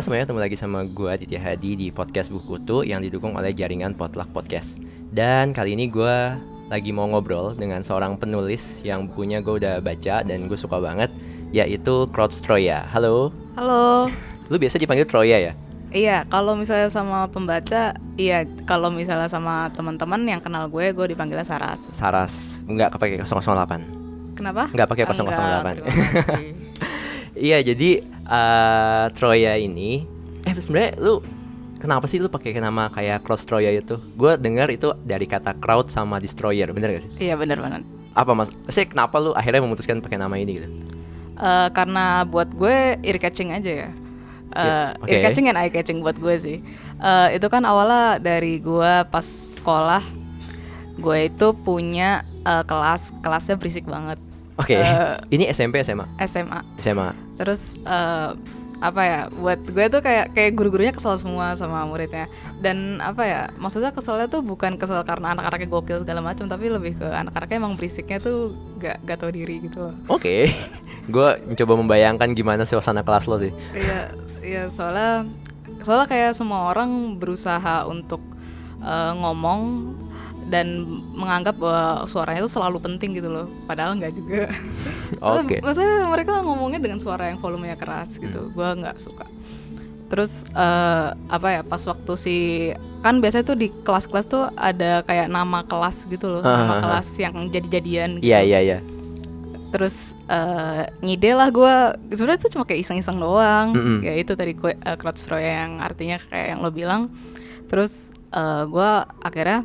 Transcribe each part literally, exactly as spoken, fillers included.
Halo semuanya, ketemu lagi sama gue Aditya Hadi di podcast Bukutu yang didukung oleh jaringan Potluck Podcast. Dan kali ini gue lagi mau ngobrol dengan seorang penulis yang bukunya gue udah baca dan gue suka banget, yaitu Crouch Troya. Halo. Halo. Lu biasa dipanggil Troya ya? Iya, kalau misalnya sama pembaca, iya. Kalau misalnya sama teman-teman yang kenal gue, gue dipanggilnya Saras. Saras, nggak pakai nol nol delapan. Kenapa? Nggak pakai nol nol delapan. Enggak, Iya, jadi uh, Troya ini, eh sebenarnya lu kenapa sih lu pakai nama kayak Crouch Troya itu? Gue dengar itu dari kata crowd sama destroyer, bener gak sih? Iya, bener banget. Apa mas? Saya kenapa lu akhirnya memutuskan pakai nama ini gitu? Uh, karena buat gue ear catching aja ya. Uh, yeah, okay. Ear catching and eye catching buat gue sih. Uh, itu kan awalnya dari gue pas sekolah, gue itu punya uh, kelas kelasnya berisik banget. Oke, okay. uh, ini S M P S M A? S M A. S M A. Terus uh, apa ya? Buat gue tuh kayak kayak guru-gurunya kesel semua sama muridnya. Dan apa ya? Maksudnya keselnya tuh bukan kesel karena anak-anaknya gokil segala macam, tapi lebih ke anak-anaknya emang berisiknya tuh gak gak tahu diri gitu loh. Oke, okay. Gue mencoba membayangkan gimana suasana kelas lo sih. Iya, iya soalnya soalnya kayak semua orang berusaha untuk uh, ngomong dan menganggap bahwa suaranya itu selalu penting gitu loh, padahal nggak juga. Soalnya okay. maksudnya mereka ngomongnya dengan suara yang volumenya keras gitu, hmm. gue nggak suka. Terus uh, apa ya, pas waktu si kan biasanya tuh di kelas-kelas tuh ada kayak nama kelas gitu loh, uh, nama uh, kelas uh. yang jadi-jadian. Gitu. Iya iya iya. Terus uh, ngide lah gue, sebenarnya tuh cuma kayak iseng-iseng doang. Mm-hmm. Ya itu tadi gue uh, Crouch Troya yang artinya kayak yang lo bilang. Terus uh, gue akhirnya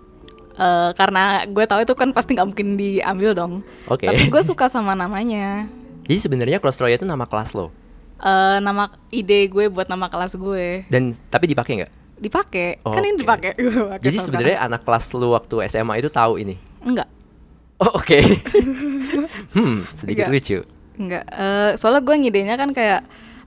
Uh, karena gue tahu itu kan pasti nggak mungkin diambil dong. Okay. Tapi gue suka sama namanya. Jadi sebenarnya Crouch Troya itu nama kelas lo? Uh, nama ide gue buat nama kelas gue. Dan tapi dipakai nggak? Dipakai. Oh, kan okay. ini dipakai. Jadi sebenarnya anak kelas lo waktu S M A itu tahu ini? Enggak. Oh oke. Okay. hmm sedikit Enggak. lucu. Enggak. Uh, soalnya gue ngidenya kan kayak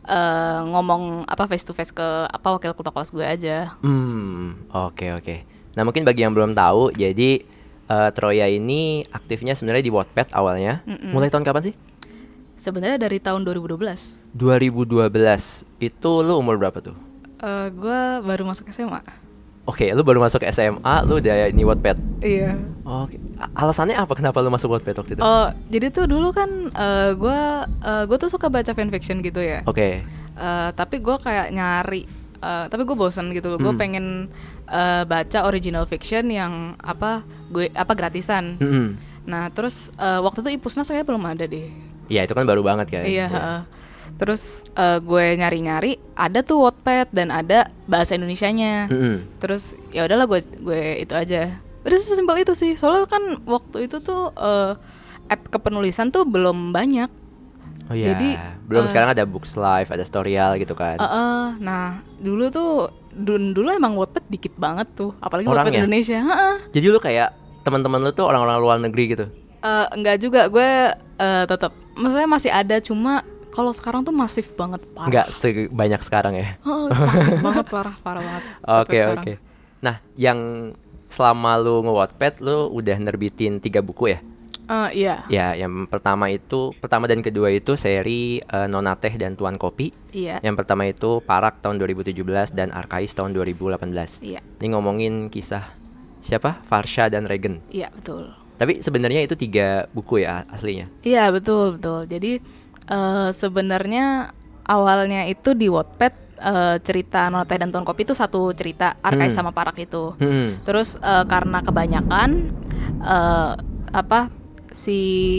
uh, ngomong apa face to face ke apa wakil ketua kelas gue aja. Hmm oke okay, oke. Okay. Nah mungkin bagi yang belum tahu, jadi uh, Troya ini aktifnya sebenarnya di Wattpad awalnya. Mm-mm. Mulai tahun kapan sih? Sebenarnya dari tahun dua ribu dua belas. dua ribu dua belas, itu lu umur berapa tuh? Uh, gue baru masuk S M A. Oke, okay, lu baru masuk S M A, lu udah ini Wattpad? Iya. Oke, okay. Alasannya apa kenapa lu masuk Wattpad waktu itu? Oh, jadi tuh dulu kan uh, gue uh, gue tuh suka baca fanfiction gitu ya. Oke. Okay. Uh, tapi gue kayak nyari. Uh, tapi gue bosan gitu loh, hmm. gue pengen uh, baca original fiction yang apa gue apa gratisan. Hmm. Nah terus uh, waktu itu Ipusnas saya belum ada deh. Iya itu kan baru banget kan. Iya. Uh, terus uh, gue nyari-nyari ada tuh Wattpad dan ada bahasa Indonesianya. Hmm. Terus ya udahlah gue gue itu aja. Udah sesimpel itu sih. Soalnya kan waktu itu tuh uh, app kepenulisan tuh belum banyak. Oh iya, jadi, belum uh, sekarang ada Books Live, ada Storyal gitu kan. Uh, uh, nah, dulu tuh dulu, dulu emang Wattpad dikit banget tuh, apalagi Wattpad Indonesia. Uh-uh. Jadi lu kayak teman-teman lu tuh orang-orang luar negeri gitu? Uh, enggak juga, gue uh, tetap, maksudnya masih ada, cuma kalau sekarang tuh masif banget, parah. Enggak sebanyak sekarang ya? Uh, masif banget, parah, parah banget. Oke oke. Okay, okay. Nah, yang selama lu nge-Wattpad, lu udah nerbitin tiga buku ya? Uh, iya. Ya, yang pertama itu, pertama dan kedua itu seri uh, Nona Teh dan Tuan Kopi. Iya. Yang pertama itu Parak tahun dua ribu tujuh belas dan Arkais tahun dua ribu delapan belas. Iya. Ini ngomongin kisah siapa? Farsha dan Regen. Iya, betul. Tapi sebenarnya itu tiga buku ya aslinya. Iya, betul, betul. Jadi uh, sebenarnya awalnya itu di Wattpad uh, cerita Nona Teh dan Tuan Kopi itu satu cerita, Arkais hmm. sama Parak itu. Hmm. Terus uh, karena kebanyakan uh, apa si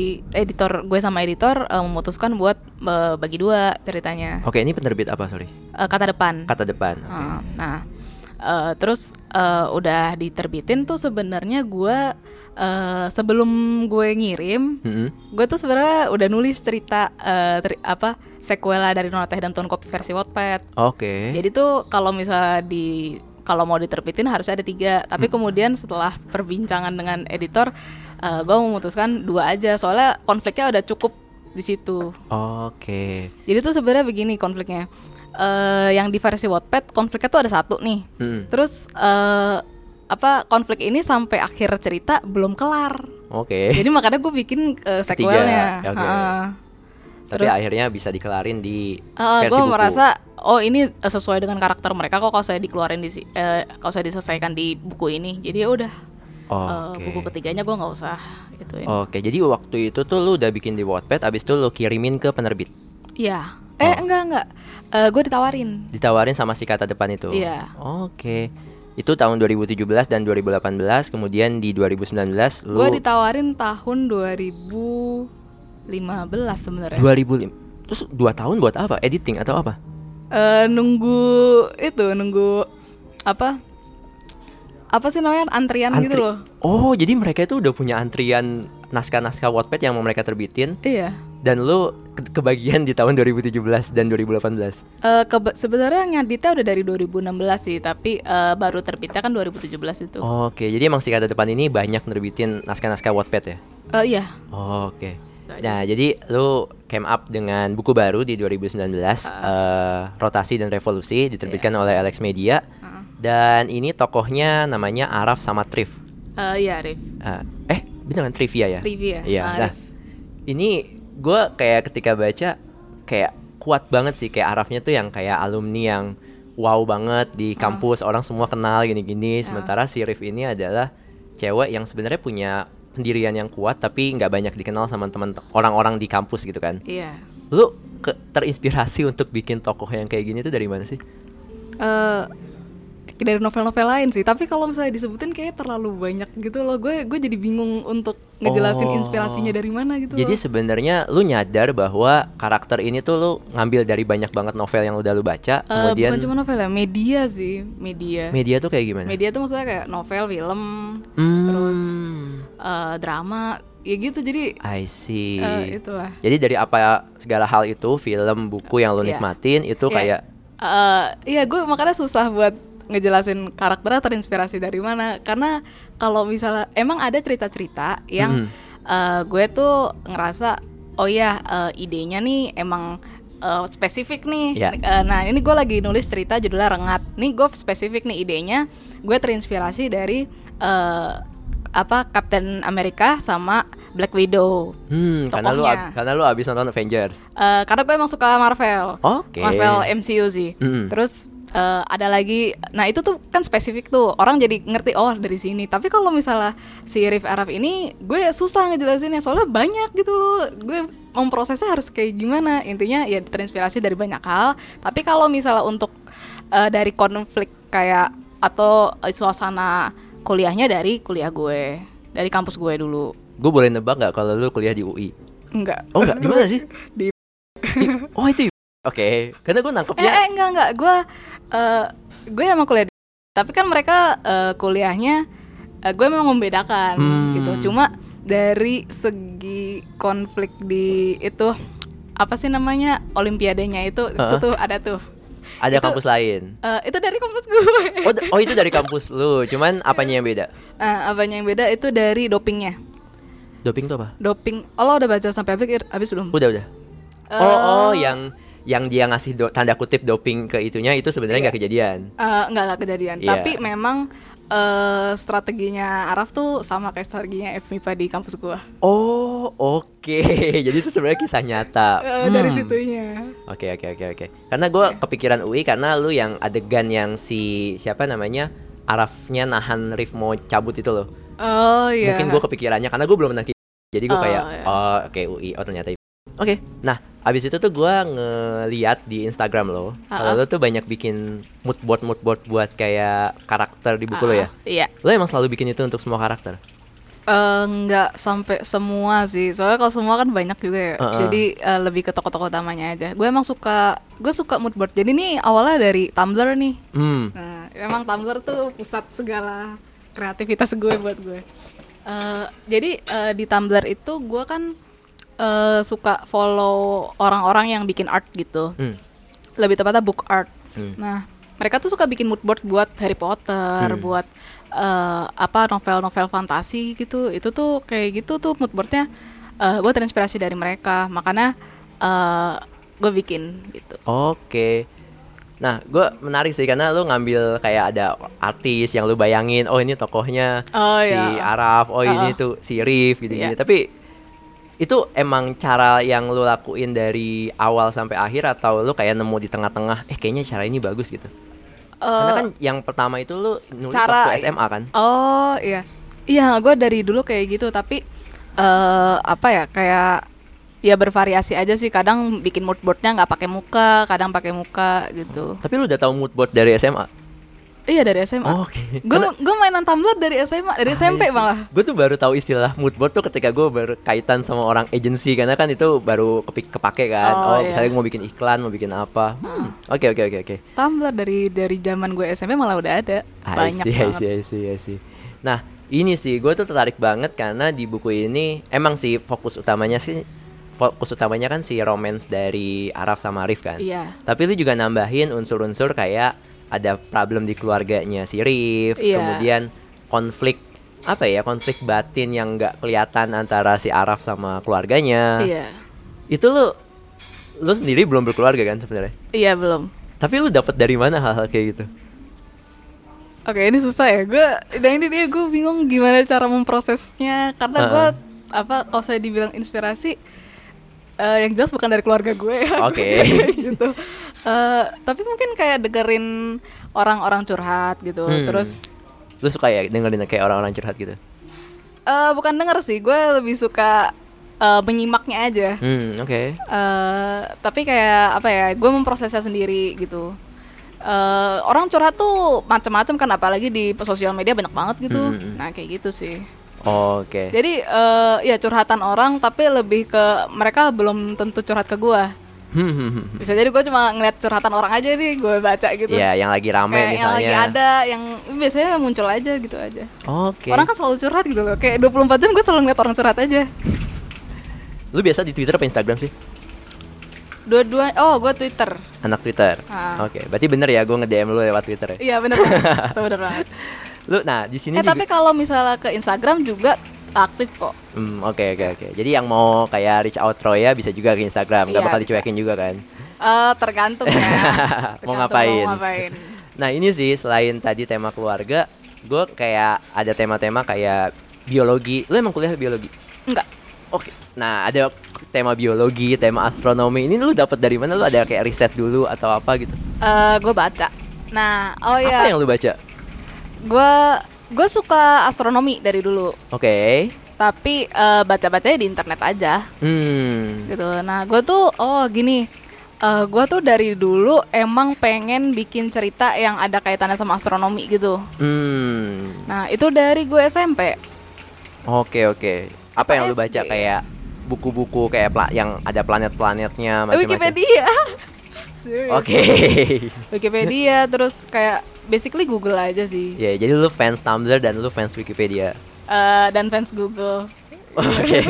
editor gue sama editor uh, memutuskan buat uh, bagi dua ceritanya. Oke, ini penerbit apa sorry? Uh, kata depan. Kata depan. Okay. Uh, nah, uh, terus uh, udah diterbitin tuh sebenarnya gue uh, sebelum gue ngirim, mm-hmm. gue tuh sebenarnya udah nulis cerita uh, ter- apa sequela dari Nona Teh dan Tuan Kopi versi Wattpad. Oke. Okay. Jadi tuh kalau misalnya di kalau mau diterbitin harus ada tiga, tapi hmm. kemudian setelah perbincangan dengan editor, uh, gue memutuskan dua aja, soalnya konfliknya udah cukup di situ. Oke. Okay. Jadi tuh sebenarnya begini konfliknya, uh, yang di versi Wattpad konfliknya tuh ada satu nih, hmm. terus uh, apa konflik ini sampai akhir cerita belum kelar. Oke. Okay. Jadi makanya gue bikin uh, sequelnya. Okay. Tapi Terus, akhirnya bisa dikelarin di uh, versi gue buku. merasa oh ini uh, sesuai dengan karakter mereka kok kalau saya dikeluarin di si- uh, kalau saya diselesaikan di buku ini. Jadi ya udah. Uh, Oke. buku ketiganya gue nggak usah ituin. Oke, jadi waktu itu tuh lu udah bikin di Wattpad, abis itu lu kirimin ke penerbit. Iya. Eh Oh. enggak enggak. Uh, gue ditawarin. Ditawarin sama si kata depan itu. Iya. Oke. Itu tahun dua ribu tujuh belas dan dua ribu delapan belas, kemudian di dua ribu sembilan belas lu Gue ditawarin tahun dua ribu lima belas sebenarnya. dua ribu lima. Terus dua tahun buat apa? Editing atau apa? Uh, nunggu itu nunggu apa? Apa sih namanya antrian Antri- gitu loh. Oh, jadi mereka itu udah punya antrian naskah-naskah Wattpad yang mau mereka terbitin. Iya. Dan lu ke- kebagian di tahun dua ribu tujuh belas dan dua ribu delapan belas. Uh, keba- sebenarnya ngeditnya udah dari dua ribu enam belas sih, tapi uh, baru terbitnya kan dua ribu tujuh belas itu. Oke, jadi emang si kata depan ini banyak nerbitin naskah-naskah Wattpad ya? Uh, iya. Oke. Nah, jadi lu came up dengan buku baru di dua ribu sembilan belas, uh. Uh, Rotasi dan Revolusi, diterbitkan yeah. oleh Alex Media. Uh. Dan ini tokohnya namanya Araf sama Trif. Uh, iya, Rif. Uh, eh, beneran Trivia ya? Trivia. Iya. Uh, nah, ini gue kayak ketika baca kayak kuat banget sih, kayak Arafnya tuh yang kayak alumni yang wow banget di kampus, uh. orang semua kenal gini-gini. Uh. Sementara si Rif ini adalah cewek yang sebenarnya punya pendirian yang kuat tapi nggak banyak dikenal sama teman orang-orang di kampus gitu kan. Iya. Lu ke, terinspirasi untuk bikin tokoh yang kayak gini tuh dari mana sih? Uh, dari novel-novel lain sih, tapi kalau misalnya disebutin kayak terlalu banyak gitu loh. Gue gue jadi bingung untuk ngejelasin oh. inspirasinya dari mana gitu. Jadi loh. sebenarnya lu nyadar bahwa karakter ini tuh lu ngambil dari banyak banget novel yang udah lu baca, uh, kemudian bukan cuma novel ya, media sih, media. Media tuh kayak gimana? Media tuh maksudnya kayak novel, film, hmm. terus uh, drama, ya gitu. Jadi I see. Uh, itulah. Jadi dari apa segala hal itu, film, buku yang lu yeah. nikmatin itu yeah. kayak uh, iya gue makanya susah buat ngejelasin karakternya terinspirasi dari mana, karena kalau misalnya emang ada cerita-cerita yang mm-hmm. uh, gue tuh ngerasa oh ya uh, idenya nih emang uh, spesifik nih. Yeah. Uh, nah ini gue lagi nulis cerita judulnya Rengat. Nih gue spesifik nih idenya, gue terinspirasi dari uh, apa Captain America sama Black Widow. Hmm, karena lu ab- karena lu abis nonton Avengers. Uh, karena gue emang suka Marvel. Oke. Okay. Marvel M C U sih. Mm-hmm. Terus Uh, ada lagi, nah itu tuh kan spesifik tuh, orang jadi ngerti oh dari sini. Tapi kalau misalnya si Rif Araf ini, gue susah ngejelasinnya soalnya banyak gitu loh. Gue memprosesnya harus kayak gimana. Intinya ya terinspirasi dari banyak hal. Tapi kalau misalnya untuk uh, dari konflik kayak atau uh, suasana kuliahnya dari kuliah gue, dari kampus gue dulu. Gue boleh nebak nggak kalau lu kuliah di U I? Enggak. Oh enggak, di mana sih? Di. Oh itu. Oke, okay. Karena gue nangkepnya. Eh, eh enggak enggak, gue uh, gue emang kuliah. Di, tapi kan mereka uh, kuliahnya, uh, gue memang membedakan hmm. gitu. Cuma dari segi konflik di itu apa sih namanya olimpiadenya itu, uh-huh. itu tuh ada tuh. Ada itu, kampus lain. Uh, itu dari kampus gue. Oh, d- oh itu dari kampus lu. Cuman apanya yang beda? Uh, apanya yang beda itu dari dopingnya. Doping tuh apa? Doping. Oh lo udah baca sampai habis habis belum? Udah udah. Uh, oh oh yang yang dia ngasih do, tanda kutip doping ke itunya itu sebenarnya nggak iya. kejadian. Uh, nggak nggak kejadian. Yeah. Tapi memang uh, strateginya Araf tuh sama kayak strateginya F M I P A di kampus gua. Oh oke. Okay. Jadi itu sebenarnya kisah nyata. Uh, hmm. Dari situnya. Oke okay, oke okay, oke okay, oke. Okay. Karena gua okay. kepikiran U I karena lu yang adegan yang si siapa namanya Arafnya nahan Rif mau cabut itu loh. Oh iya. Mungkin gua kepikirannya karena gua belum pernah. Jadi gua oh, kayak iya. oh oke okay, U I oh ternyata. Oke, okay. Nah abis itu tuh gue ngeliat di Instagram lo, uh-uh. kalau lo tuh banyak bikin mood board mood board buat kayak karakter di buku uh-uh. lo ya. Iya. Lo emang selalu bikin itu untuk semua karakter? Uh, nggak sampai semua sih, soalnya kalau semua kan banyak juga ya. Uh-uh. Jadi uh, lebih ke tokoh-tokoh utamanya aja. Gue emang suka, gue suka mood board. Jadi ini awalnya dari Tumblr nih. Hmm. Nah, emang Tumblr tuh pusat segala kreativitas gue buat gue. Uh, jadi uh, di Tumblr itu gue kan Uh, suka follow orang-orang yang bikin art gitu, hmm. lebih tepatnya book art. Hmm. Nah, mereka tuh suka bikin mood board buat Harry Potter, hmm. buat uh, apa novel-novel fantasi gitu. Itu tuh kayak gitu tuh mood boardnya. Uh, gue terinspirasi dari mereka, makanya uh, gue bikin gitu. Oke. Okay. Nah, gue menarik sih karena lu ngambil kayak ada artis yang lu bayangin, oh ini tokohnya oh, si iya. Araf, oh uh-uh. ini tuh si Rif gitu-gitu. Yeah. Tapi Itu emang cara yang lu lakuin dari awal sampai akhir atau lu kayak nemu di tengah-tengah, eh kayaknya cara ini bagus gitu? Uh, Karena kan yang pertama itu lu nulis cara, waktu S M A kan? Oh iya, iya gue dari dulu kayak gitu, tapi uh, apa ya kayak ya bervariasi aja sih. Kadang bikin mood boardnya nggak pakai muka, kadang pakai muka gitu. Tapi lu udah tahu mood board dari S M A? Iya dari S M A. Oh, oke. Okay. Gue gue mainan Tumblr dari S M A, dari ah, S M P malah. Gue tuh baru tahu istilah mood board tuh ketika gue berkaitan sama orang agency, karena kan itu baru kepik kepake kan. Oh, oh iya. Misalnya gue mau bikin iklan, mau bikin apa. Oke oke oke oke. Tumblr dari dari zaman gue S M P malah udah ada. Banyak see, banget. I see, I see, I see. Nah ini sih gue tuh tertarik banget karena di buku ini emang sih fokus utamanya sih fokus utamanya kan si romance dari Araf sama Rif kan. Iya. Tapi lu juga nambahin unsur-unsur kayak ada problem di keluarganya si Rif, yeah. Kemudian konflik apa ya konflik batin yang nggak kelihatan antara si Araf sama keluarganya. Iya. Itu lu lu sendiri belum berkeluarga kan sebenarnya? Iya belum. Tapi lu dapat dari mana hal-hal kayak gitu? Oke ini susah ya, gue dan ini dia gue bingung gimana cara memprosesnya karena uh-uh. gue apa kalau saya dibilang inspirasi uh, yang jelas bukan dari keluarga gue. Oke. Okay. gitu. Uh, tapi mungkin kayak dengerin orang-orang curhat gitu, hmm. terus lu suka ya dengerin kayak orang-orang curhat gitu? Uh, bukan denger sih, gue lebih suka uh, menyimaknya aja. Hmm, oke. Okay. Uh, tapi kayak apa ya, gue memprosesnya sendiri gitu. Uh, orang curhat tuh macam-macam kan, apalagi di sosial media banyak banget gitu. Hmm. Nah kayak gitu sih. Oh, oke. Okay. Jadi uh, ya curhatan orang, tapi lebih ke mereka belum tentu curhat ke gue. Bisa jadi gue cuma ngeliat curhatan orang aja nih, gue baca gitu. Iya, yang lagi rame kayak misalnya. Yang lagi ada, yang biasanya muncul aja gitu aja. Oke. Okay. Orang kan selalu curhat gitu loh, kayak dua puluh empat jam gue selalu ngeliat orang curhat aja. Lu biasa di Twitter apa Instagram sih? Dua-dua, oh gue Twitter. Anak Twitter. Ah. Oke, okay. Berarti bener ya gue nge-D M lu lewat Twitter ya? Iya bener banget, bener banget. Lu, nah di sini. Eh juga... tapi kalau misalnya ke Instagram juga aktif kok. Hmm, oke okay, oke okay, oke. Okay. Jadi yang mau kayak reach out Troya bisa juga ke Instagram, nggak iya, bakal dicuekin juga kan? Uh, tergantung ya. tergantung mau ngapain? Mau ngapain. Nah ini sih selain tadi tema keluarga, gue kayak ada tema-tema kayak biologi. Lu emang kuliah biologi? Enggak. Oke. Okay. Nah ada tema biologi, tema astronomi. Ini lu dapat dari mana? Lu ada kayak riset dulu atau apa gitu? Uh, gue baca. Nah, oh ya. Apa yang lu baca? Gue gue suka astronomi dari dulu. Oke. Okay. Tapi uh, baca-bacanya di internet aja. Hmm. Gitu. Nah, gue tuh oh gini. Uh, gue tuh dari dulu emang pengen bikin cerita yang ada kaitannya sama astronomi gitu. Hmm. Nah itu dari gue S M P. Oke oke. Apa, Apa yang lu baca kayak buku-buku kayak pla- yang ada planet-planetnya macam-macam? Wikipedia. Oke. Okay. Wikipedia terus kayak basically Google aja sih. Ya yeah, jadi lu fans Tumblr dan lu fans Wikipedia. Uh, dan fans Google. Oke. Okay.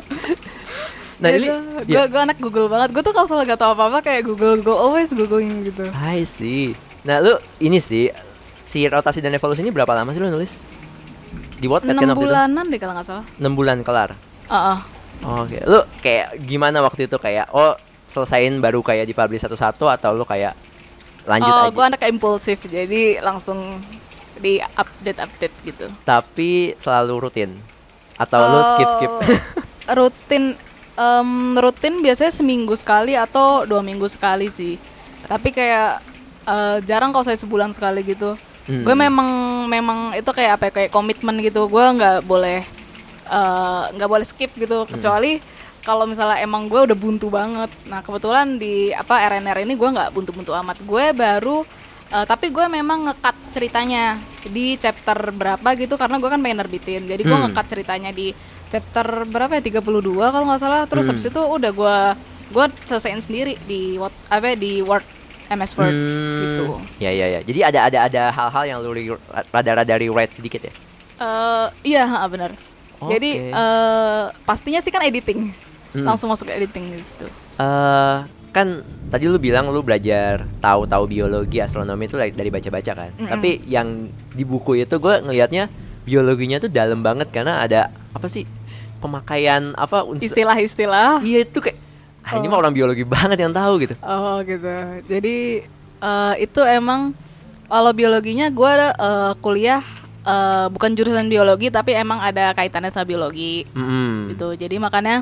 Nah ya, ini gue yeah. gue anak Google banget. Gue tuh kalau salah gak tau apa-apa kayak Google, Google always googling gitu. I see. Nah lu ini sih si Rotasi dan Evolusi ini berapa lama sih lu nulis? Di Wattpad kan waktu itu? enam bulanan deh kalau gak salah. enam bulan kelar? Uh-uh. Oke okay. Lu kayak gimana waktu itu kayak oh selesain baru kayak dipublish satu-satu atau lu kayak lanjut oh, aja? Oh gue anak impulsif jadi langsung di update-update gitu. Tapi selalu rutin? Atau uh, lu skip-skip? Rutin Um, rutin biasanya seminggu sekali atau dua minggu sekali sih. Tapi kayak uh, jarang kalau saya sebulan sekali gitu. Hmm. Gue memang memang itu kayak apa ya, kayak komitmen gitu. Gue nggak boleh nggak uh, boleh skip gitu. Kecuali hmm. kalau misalnya emang gue udah buntu banget. Nah kebetulan di apa R N R ini gue nggak buntu-buntu amat. Gue baru uh, tapi gue memang nge-cut ceritanya di chapter berapa gitu karena gue kan pengen nerbitin. Jadi gue hmm. nge-cut ceritanya di chapter berapa ya tiga puluh dua kalau nggak salah. Terus hmm. habis itu udah gue gue selesaiin sendiri di what apa di Word M S Word hmm. gitu. Ya ya ya. Jadi ada ada ada hal-hal yang lu re- rada-rada rewrite sedikit ya? Uh, iya benar. Okay. Jadi uh, pastinya sih kan editing. Hmm. Langsung masuk ke editing gitu. Uh, kan tadi lu bilang lu belajar tahu-tahu biologi, astronomi itu dari baca-baca kan. Mm-mm. Tapi yang di buku itu gue ngelihatnya biologinya tuh dalam banget karena ada apa sih pemakaian apa uns- istilah-istilah. Iya itu kayak ah, oh. ini mah orang biologi banget yang tahu gitu. Oh gitu. Jadi uh, itu emang kalau biologinya gue uh, kuliah uh, bukan jurusan biologi tapi emang ada kaitannya sama biologi. Mm-hmm. Gitu. Jadi makanya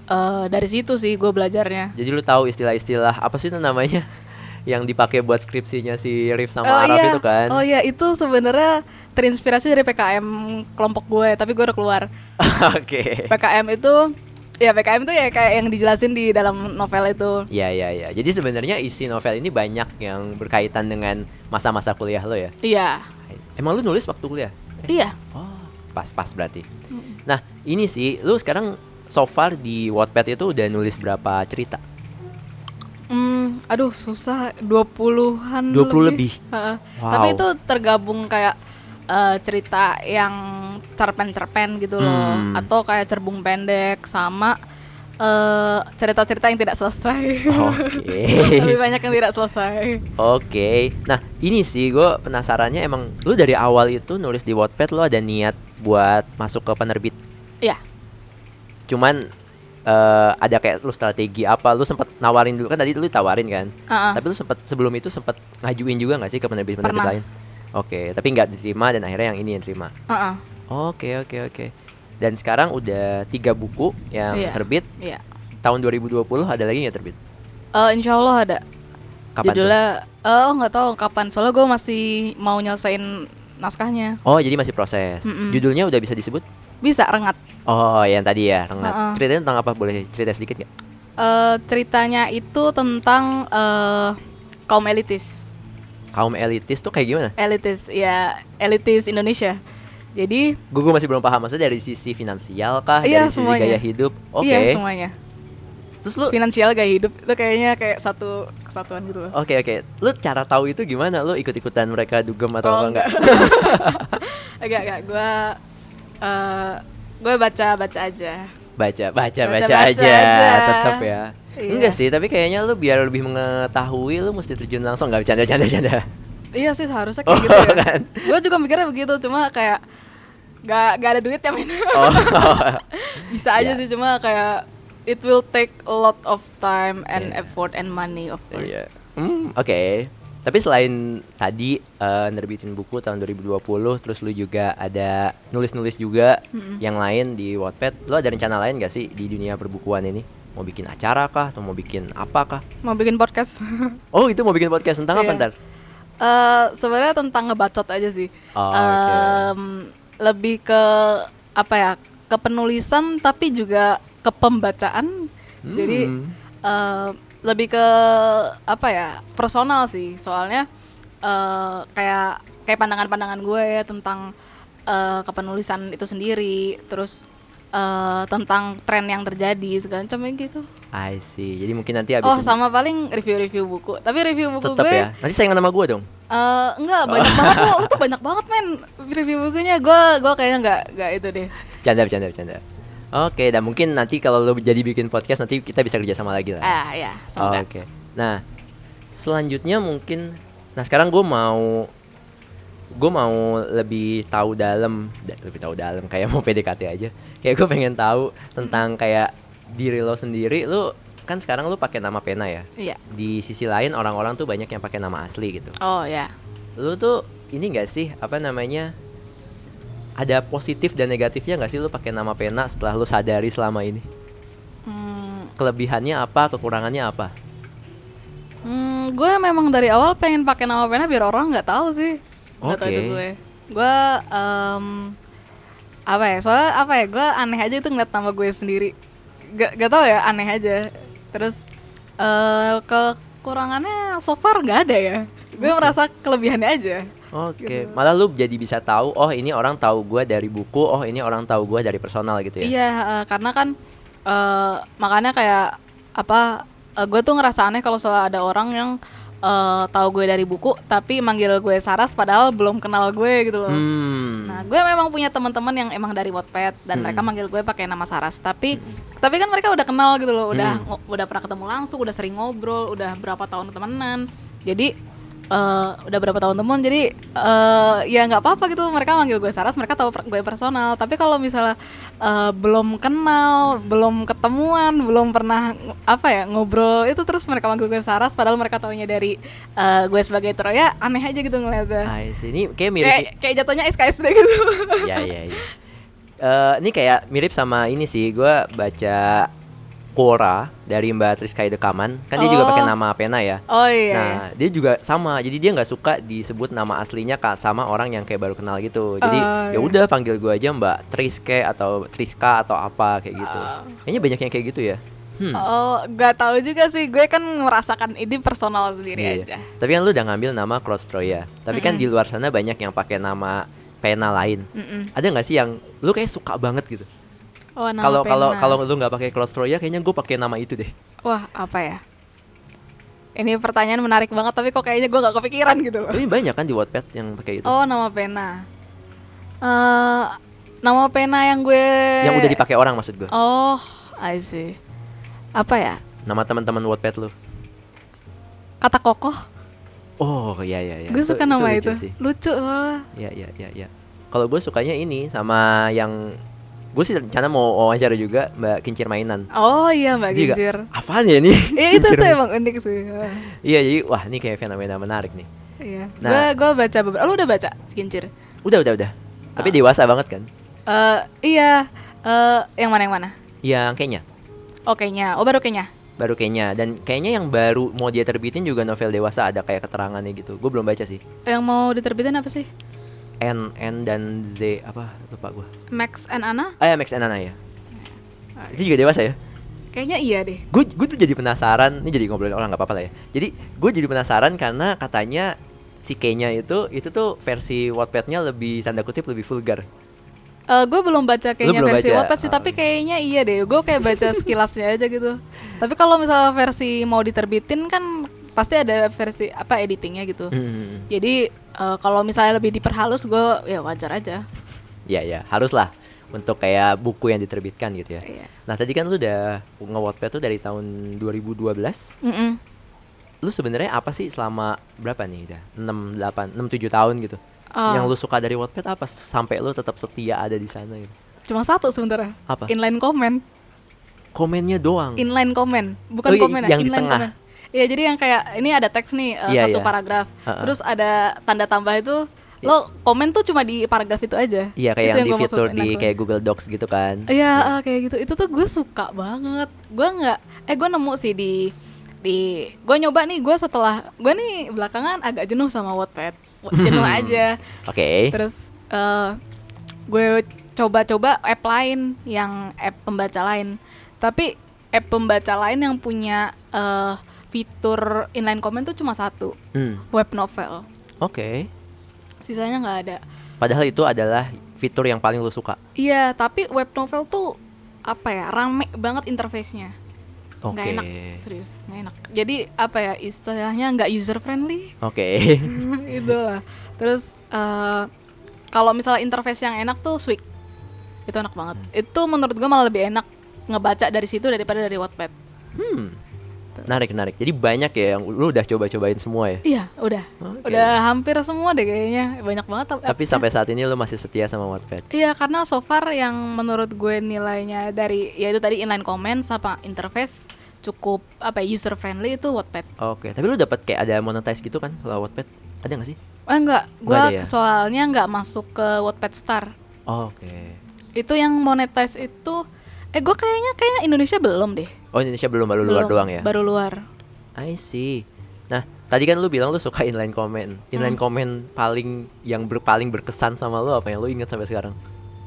uh, dari situ sih gue belajarnya. Jadi lu tahu istilah-istilah apa sih itu namanya yang dipakai buat skripsinya si Rif sama oh, Araf iya. itu kan? Oh iya, itu sebenarnya terinspirasi dari P K M kelompok gue, tapi gue udah keluar. Oke. P K M itu ya P K M itu ya kayak yang dijelasin di dalam novel itu. Iya iya iya. Jadi sebenarnya isi novel ini banyak yang berkaitan dengan masa-masa kuliah lo ya? Iya. Emang lu nulis waktu kuliah? Iya. Oh, pas-pas berarti. Nah, ini sih lu sekarang so far di Wattpad itu udah nulis berapa cerita? Hmm, aduh susah, dua puluhan dua puluh lebih. Heeh. Wow. Tapi itu tergabung kayak uh, cerita yang cerpen-cerpen gitu loh, Hmm. atau kayak cerbung pendek sama uh, cerita-cerita yang tidak selesai. Oke. Lebih banyak yang tidak selesai. Oke. Nah, ini sih gue penasarannya, emang lu dari awal itu nulis di Wattpad lu ada niat buat masuk ke penerbit? Iya. Cuman uh, ada kayak lu strategi apa? Lu sempat nawarin dulu kan, tadi lu tawarin kan? Uh-uh. Tapi lu sempat sebelum itu sempat ngajuin juga nggak sih ke penerbit-penerbit Pernah. lain? Oke, tapi nggak diterima dan akhirnya yang ini yang terima. Uh-uh. Oke oke oke. Dan sekarang udah tiga buku yang Iya. terbit. Iya. Tahun dua ribu dua puluh ada lagi nggak terbit? Uh, insya Allah ada. Kapan Judulnya, oh nggak tahu kapan. Soalnya gue masih mau nyelesain naskahnya. tuh? Oh, jadi masih proses. Mm-mm. Judulnya udah bisa disebut? Bisa Rengat. Oh, yang tadi ya, Rengat. Uh-uh. Ceritanya tentang apa? Boleh cerita sedikit nggak? Uh, ceritanya itu tentang uh, kaum elitis. Kaum elitis tuh kayak gimana? Elitis, ya elitis Indonesia. Jadi, Gue gue masih belum paham. Maksudnya dari sisi finansial kah? Iya, dari sisi semuanya. gaya hidup? Oke. iya semuanya. Terus lu? Finansial gaya hidup itu kayaknya kayak satu kesatuan gitu loh. Oke oke. Lu cara tahu itu gimana? Lu ikut-ikutan mereka dugem atau Oh, apa enggak? Enggak, enggak. Gue uh, gue baca-baca aja. Baca, baca, baca, Baca-baca aja, aja. tetap ya. Iya. Enggak sih, tapi kayaknya lu biar lebih mengetahui lu mesti terjun langsung, nggak bercanda, bercanda, bercanda. Iya sih seharusnya kayak Oh, gitu ya. kan? Gue juga mikirnya begitu, cuma kayak gak, gak ada duit ya men. Oh. Bisa aja Ya. sih, cuma kayak it will take a lot of time and Iya. effort and money of course. Iya. Hmm, oke. Tapi selain tadi eh, nerbitin buku tahun dua ribu dua puluh, terus lu juga ada nulis-nulis juga yang lain di Wattpad. Lu ada rencana lain gak sih di dunia perbukuan ini? Mau bikin acara kah? Atau mau bikin apa kah? Mau bikin podcast. Oh, itu mau bikin podcast tentang apa Iya. ntar? Eh, sebenarnya tentang ngebacot aja sih. Oh, oke. Em, lebih ke apa ya? Ke penulisan tapi juga ke pembacaan. Hmm. Jadi eh, lebih ke apa ya? Personal sih. Soalnya eh, kayak kayak pandangan-pandangan gue ya tentang eh, kepenulisan itu sendiri. Terus eh, tentang tren yang terjadi segala macam gitu. I see. Jadi mungkin nanti habis Oh, ini sama paling review-review buku. Tapi review buku tetep gue ya. Nanti saingan sama gue dong. Eh, enggak, banyak banget lo, lu tuh banyak banget men review bukunya. Gue gue kayaknya enggak enggak itu deh. Canda, bercanda, bercanda. Oke, dan mungkin nanti kalau lo jadi bikin podcast nanti kita bisa kerja sama lagi lah. Ah ya, semoga. Oke. Nah, selanjutnya mungkin, nah sekarang gue mau, gue mau lebih tahu dalam, da- lebih tahu dalam kayak mau P D K T aja. Kayak gue pengen tahu tentang kayak diri lo sendiri. Lo kan sekarang lo pakai nama pena ya. Iya. Di sisi lain orang-orang tuh banyak yang pakai nama asli gitu. Oh ya. Lo tuh ini nggak sih apa namanya? Ada positif dan negatifnya nggak sih lo pakai nama pena setelah lo sadari selama ini? Hmm, Kelebihannya apa, kekurangannya apa? hmm, gue memang dari awal pengen pakai nama pena biar orang nggak tahu sih. Nggak tahu Oke. itu gue. Gue em, apa ya? Soalnya apa ya? Gue aneh aja itu ngeliat nama gue sendiri. Gak gak tau ya, aneh aja. Terus eh kekurangannya so far nggak ada ya. Gue merasa kelebihannya aja. Oke, malah lu jadi bisa tahu, oh ini orang tahu gue dari buku, oh ini orang tahu gue dari personal gitu ya. Iya, eh, karena kan eh, makanya kayak apa? eh, gue tuh ngerasa aneh kalau selalu ada orang yang eh, tahu gue dari buku, tapi manggil gue Saras padahal belum kenal gue gitu loh. Hmm. Nah, gue memang punya teman-teman yang emang dari Wattpad dan mereka manggil gue pakai nama Saras. Tapi, tapi kan mereka udah kenal gitu loh, udah ngo- udah pernah ketemu langsung, udah sering ngobrol, udah berapa tahun temenan. Jadi eh, udah berapa tahun temen, jadi eh, ya nggak apa-apa gitu. Mereka manggil gue Saras, mereka tahu per- gue personal. Tapi kalau misalnya eh, belum kenal, belum ketemuan, belum pernah ng- apa ya ngobrol itu terus mereka manggil gue Saras, padahal mereka taunya dari eh, gue sebagai Troya, aneh aja gitu ngeliatnya. Ah, ini kayak mirip. Kayak kayak jatuhnya S K S D gitu. Ya ya ya. Eh, ini kayak mirip sama ini sih, gue baca Quora dari Mbak Triska Idekaman, kan dia oh. juga pakai nama pena ya. Oh iya. Nah dia juga sama, jadi dia nggak suka disebut nama aslinya kak sama orang yang kayak baru kenal gitu. Jadi oh, ya udah panggil gue aja Mbak Triske atau Triska atau apa kayak gitu. Oh. Kayaknya banyak yang kayak gitu ya. Hmm. Oh, nggak tahu juga sih. Gue kan merasakan ini personal sendiri iya. aja. Tapi kan lu udah ngambil nama Cross Troya. Tapi Mm-mm. kan di luar sana banyak yang pakai nama pena lain. Mm-mm. Ada nggak sih yang lu kayak suka banget gitu? Oh, kalau kalau kalau lu nggak pakai Cross Troya, kayaknya gue pakai nama itu deh. Wah, apa ya? Ini pertanyaan menarik banget, tapi kok kayaknya gue nggak kepikiran gitu loh. Ini banyak kan di Wattpad yang pakai itu. Oh, nama pena. Uh, nama pena yang gue. Yang udah dipakai orang maksud gue. Oh, I see. Apa ya? Nama teman-teman Wattpad lu. Kata kokoh. Oh iya iya iya. Gue suka itu, nama itu. itu. Lucu, lucu soalnya. Iya iya iya iya. Kalau gue sukanya ini sama yang gue sih rencana mau wawancara juga Mbak Kincir Mainan. Oh iya Mbak juga, Kincir. apaan ya nih? Iya itu tuh emang unik sih. Iya jadi wah ini kayak fenomena menarik nih. Iya. Nah, gue gue baca beberapa. Lu udah baca Kincir? Udah udah udah. Tapi oh. dewasa banget kan? Uh, iya. Uh, yang mana yang mana? Yang kayaknya. Oh kayaknya. Oh baru kayaknya. Baru kayaknya. Dan kayaknya yang baru mau dia terbitin juga novel dewasa, ada kayak keterangannya gitu. Gue belum baca sih. Yang mau diterbitin apa sih? N N dan Z apa lupa gue. Max and Anna? Ah ya Max and Anna ya. Itu juga dewasa ya? Kayaknya iya deh. Gue gue tuh jadi penasaran. Ini jadi ngobrolin orang nggak apa-apa lah ya. Jadi gue jadi penasaran karena katanya si K-nya itu itu tuh versi Wattpad-nya lebih tanda kutip lebih vulgar. Uh, gue belum baca kayaknya versi Wattpad sih, uh. tapi kayaknya iya deh. Gue kayak baca sekilasnya aja gitu. Tapi kalau misalnya versi mau diterbitin kan pasti ada versi apa editingnya gitu. Hmm. Jadi uh, kalau misalnya lebih diperhalus, gue ya wajar aja. Iya ya, haruslah untuk kayak buku yang diterbitkan gitu ya. Iya. Nah tadi kan lu udah nge-Wattpad tuh dari tahun dua ribu dua belas. Mm-mm. Lu sebenarnya apa sih selama berapa nih udah enam delapan enam tujuh tahun gitu? Oh. Yang lu suka dari Wattpad apa sampai lu tetap setia ada di sana gitu? Cuma satu sebenarnya. Apa? Inline comment. Komennya doang. Inline comment, bukan oh, komen yang ya, di inline tengah. comment. Iya, jadi yang kayak ini ada teks nih uh, yeah, satu yeah. paragraf, uh-uh. terus ada tanda tambah itu, lo komen tuh cuma di paragraf itu aja. Iya, kayak yang, yang di fitur di kayak Google Docs gitu kan. Iya, yeah, uh, kayak gitu. Itu tuh gue suka banget. Gue nggak, eh gue nemu sih di di, gue nyoba nih gue setelah gue nih belakangan agak jenuh sama Wattpad, jenuh aja. Oke. Okay. Terus uh, gue coba-coba app lain, yang app pembaca lain, tapi app pembaca lain yang punya uh, fitur inline comment tuh cuma satu, hmm. web novel. Oke. Okay. Sisanya nggak ada. Padahal itu adalah fitur yang paling lu suka. Iya, tapi web novel tuh apa ya, rame banget interface-nya. Oke. Okay. Nggak enak, serius nggak enak. Jadi apa ya, istilahnya nggak user friendly. Oke. Okay. Itulah. Terus uh, kalau misalnya interface yang enak tuh Swig, itu enak banget. Hmm. Itu menurut gue malah lebih enak ngebaca dari situ daripada dari Wattpad. Hmm. Menarik, menarik. Jadi banyak ya yang lu udah coba-cobain semua ya? Iya, udah. Okay. Udah hampir semua deh kayaknya. Banyak banget. Tapi eh, sampai saat ini lu masih setia sama Wattpad? Iya, karena so far yang menurut gue nilainya dari, ya itu tadi inline comment sama interface cukup apa ya, user friendly itu Wattpad. Oke, okay. Tapi lu dapat kayak ada monetize gitu kan kalau Wattpad? Ada nggak sih? Eh, enggak, gue ya? Soalnya nggak masuk ke Wattpad Star. Oh, oke. Okay. Itu yang monetize itu, eh gue kayaknya kayak Indonesia belum deh. Oh Indonesia belum, baru belum, luar doang ya? Baru luar. I see. Nah tadi kan lu bilang lu suka inline comment. Inline hmm. comment paling yang ber, paling berkesan sama lu apa yang lu ingat sampai sekarang?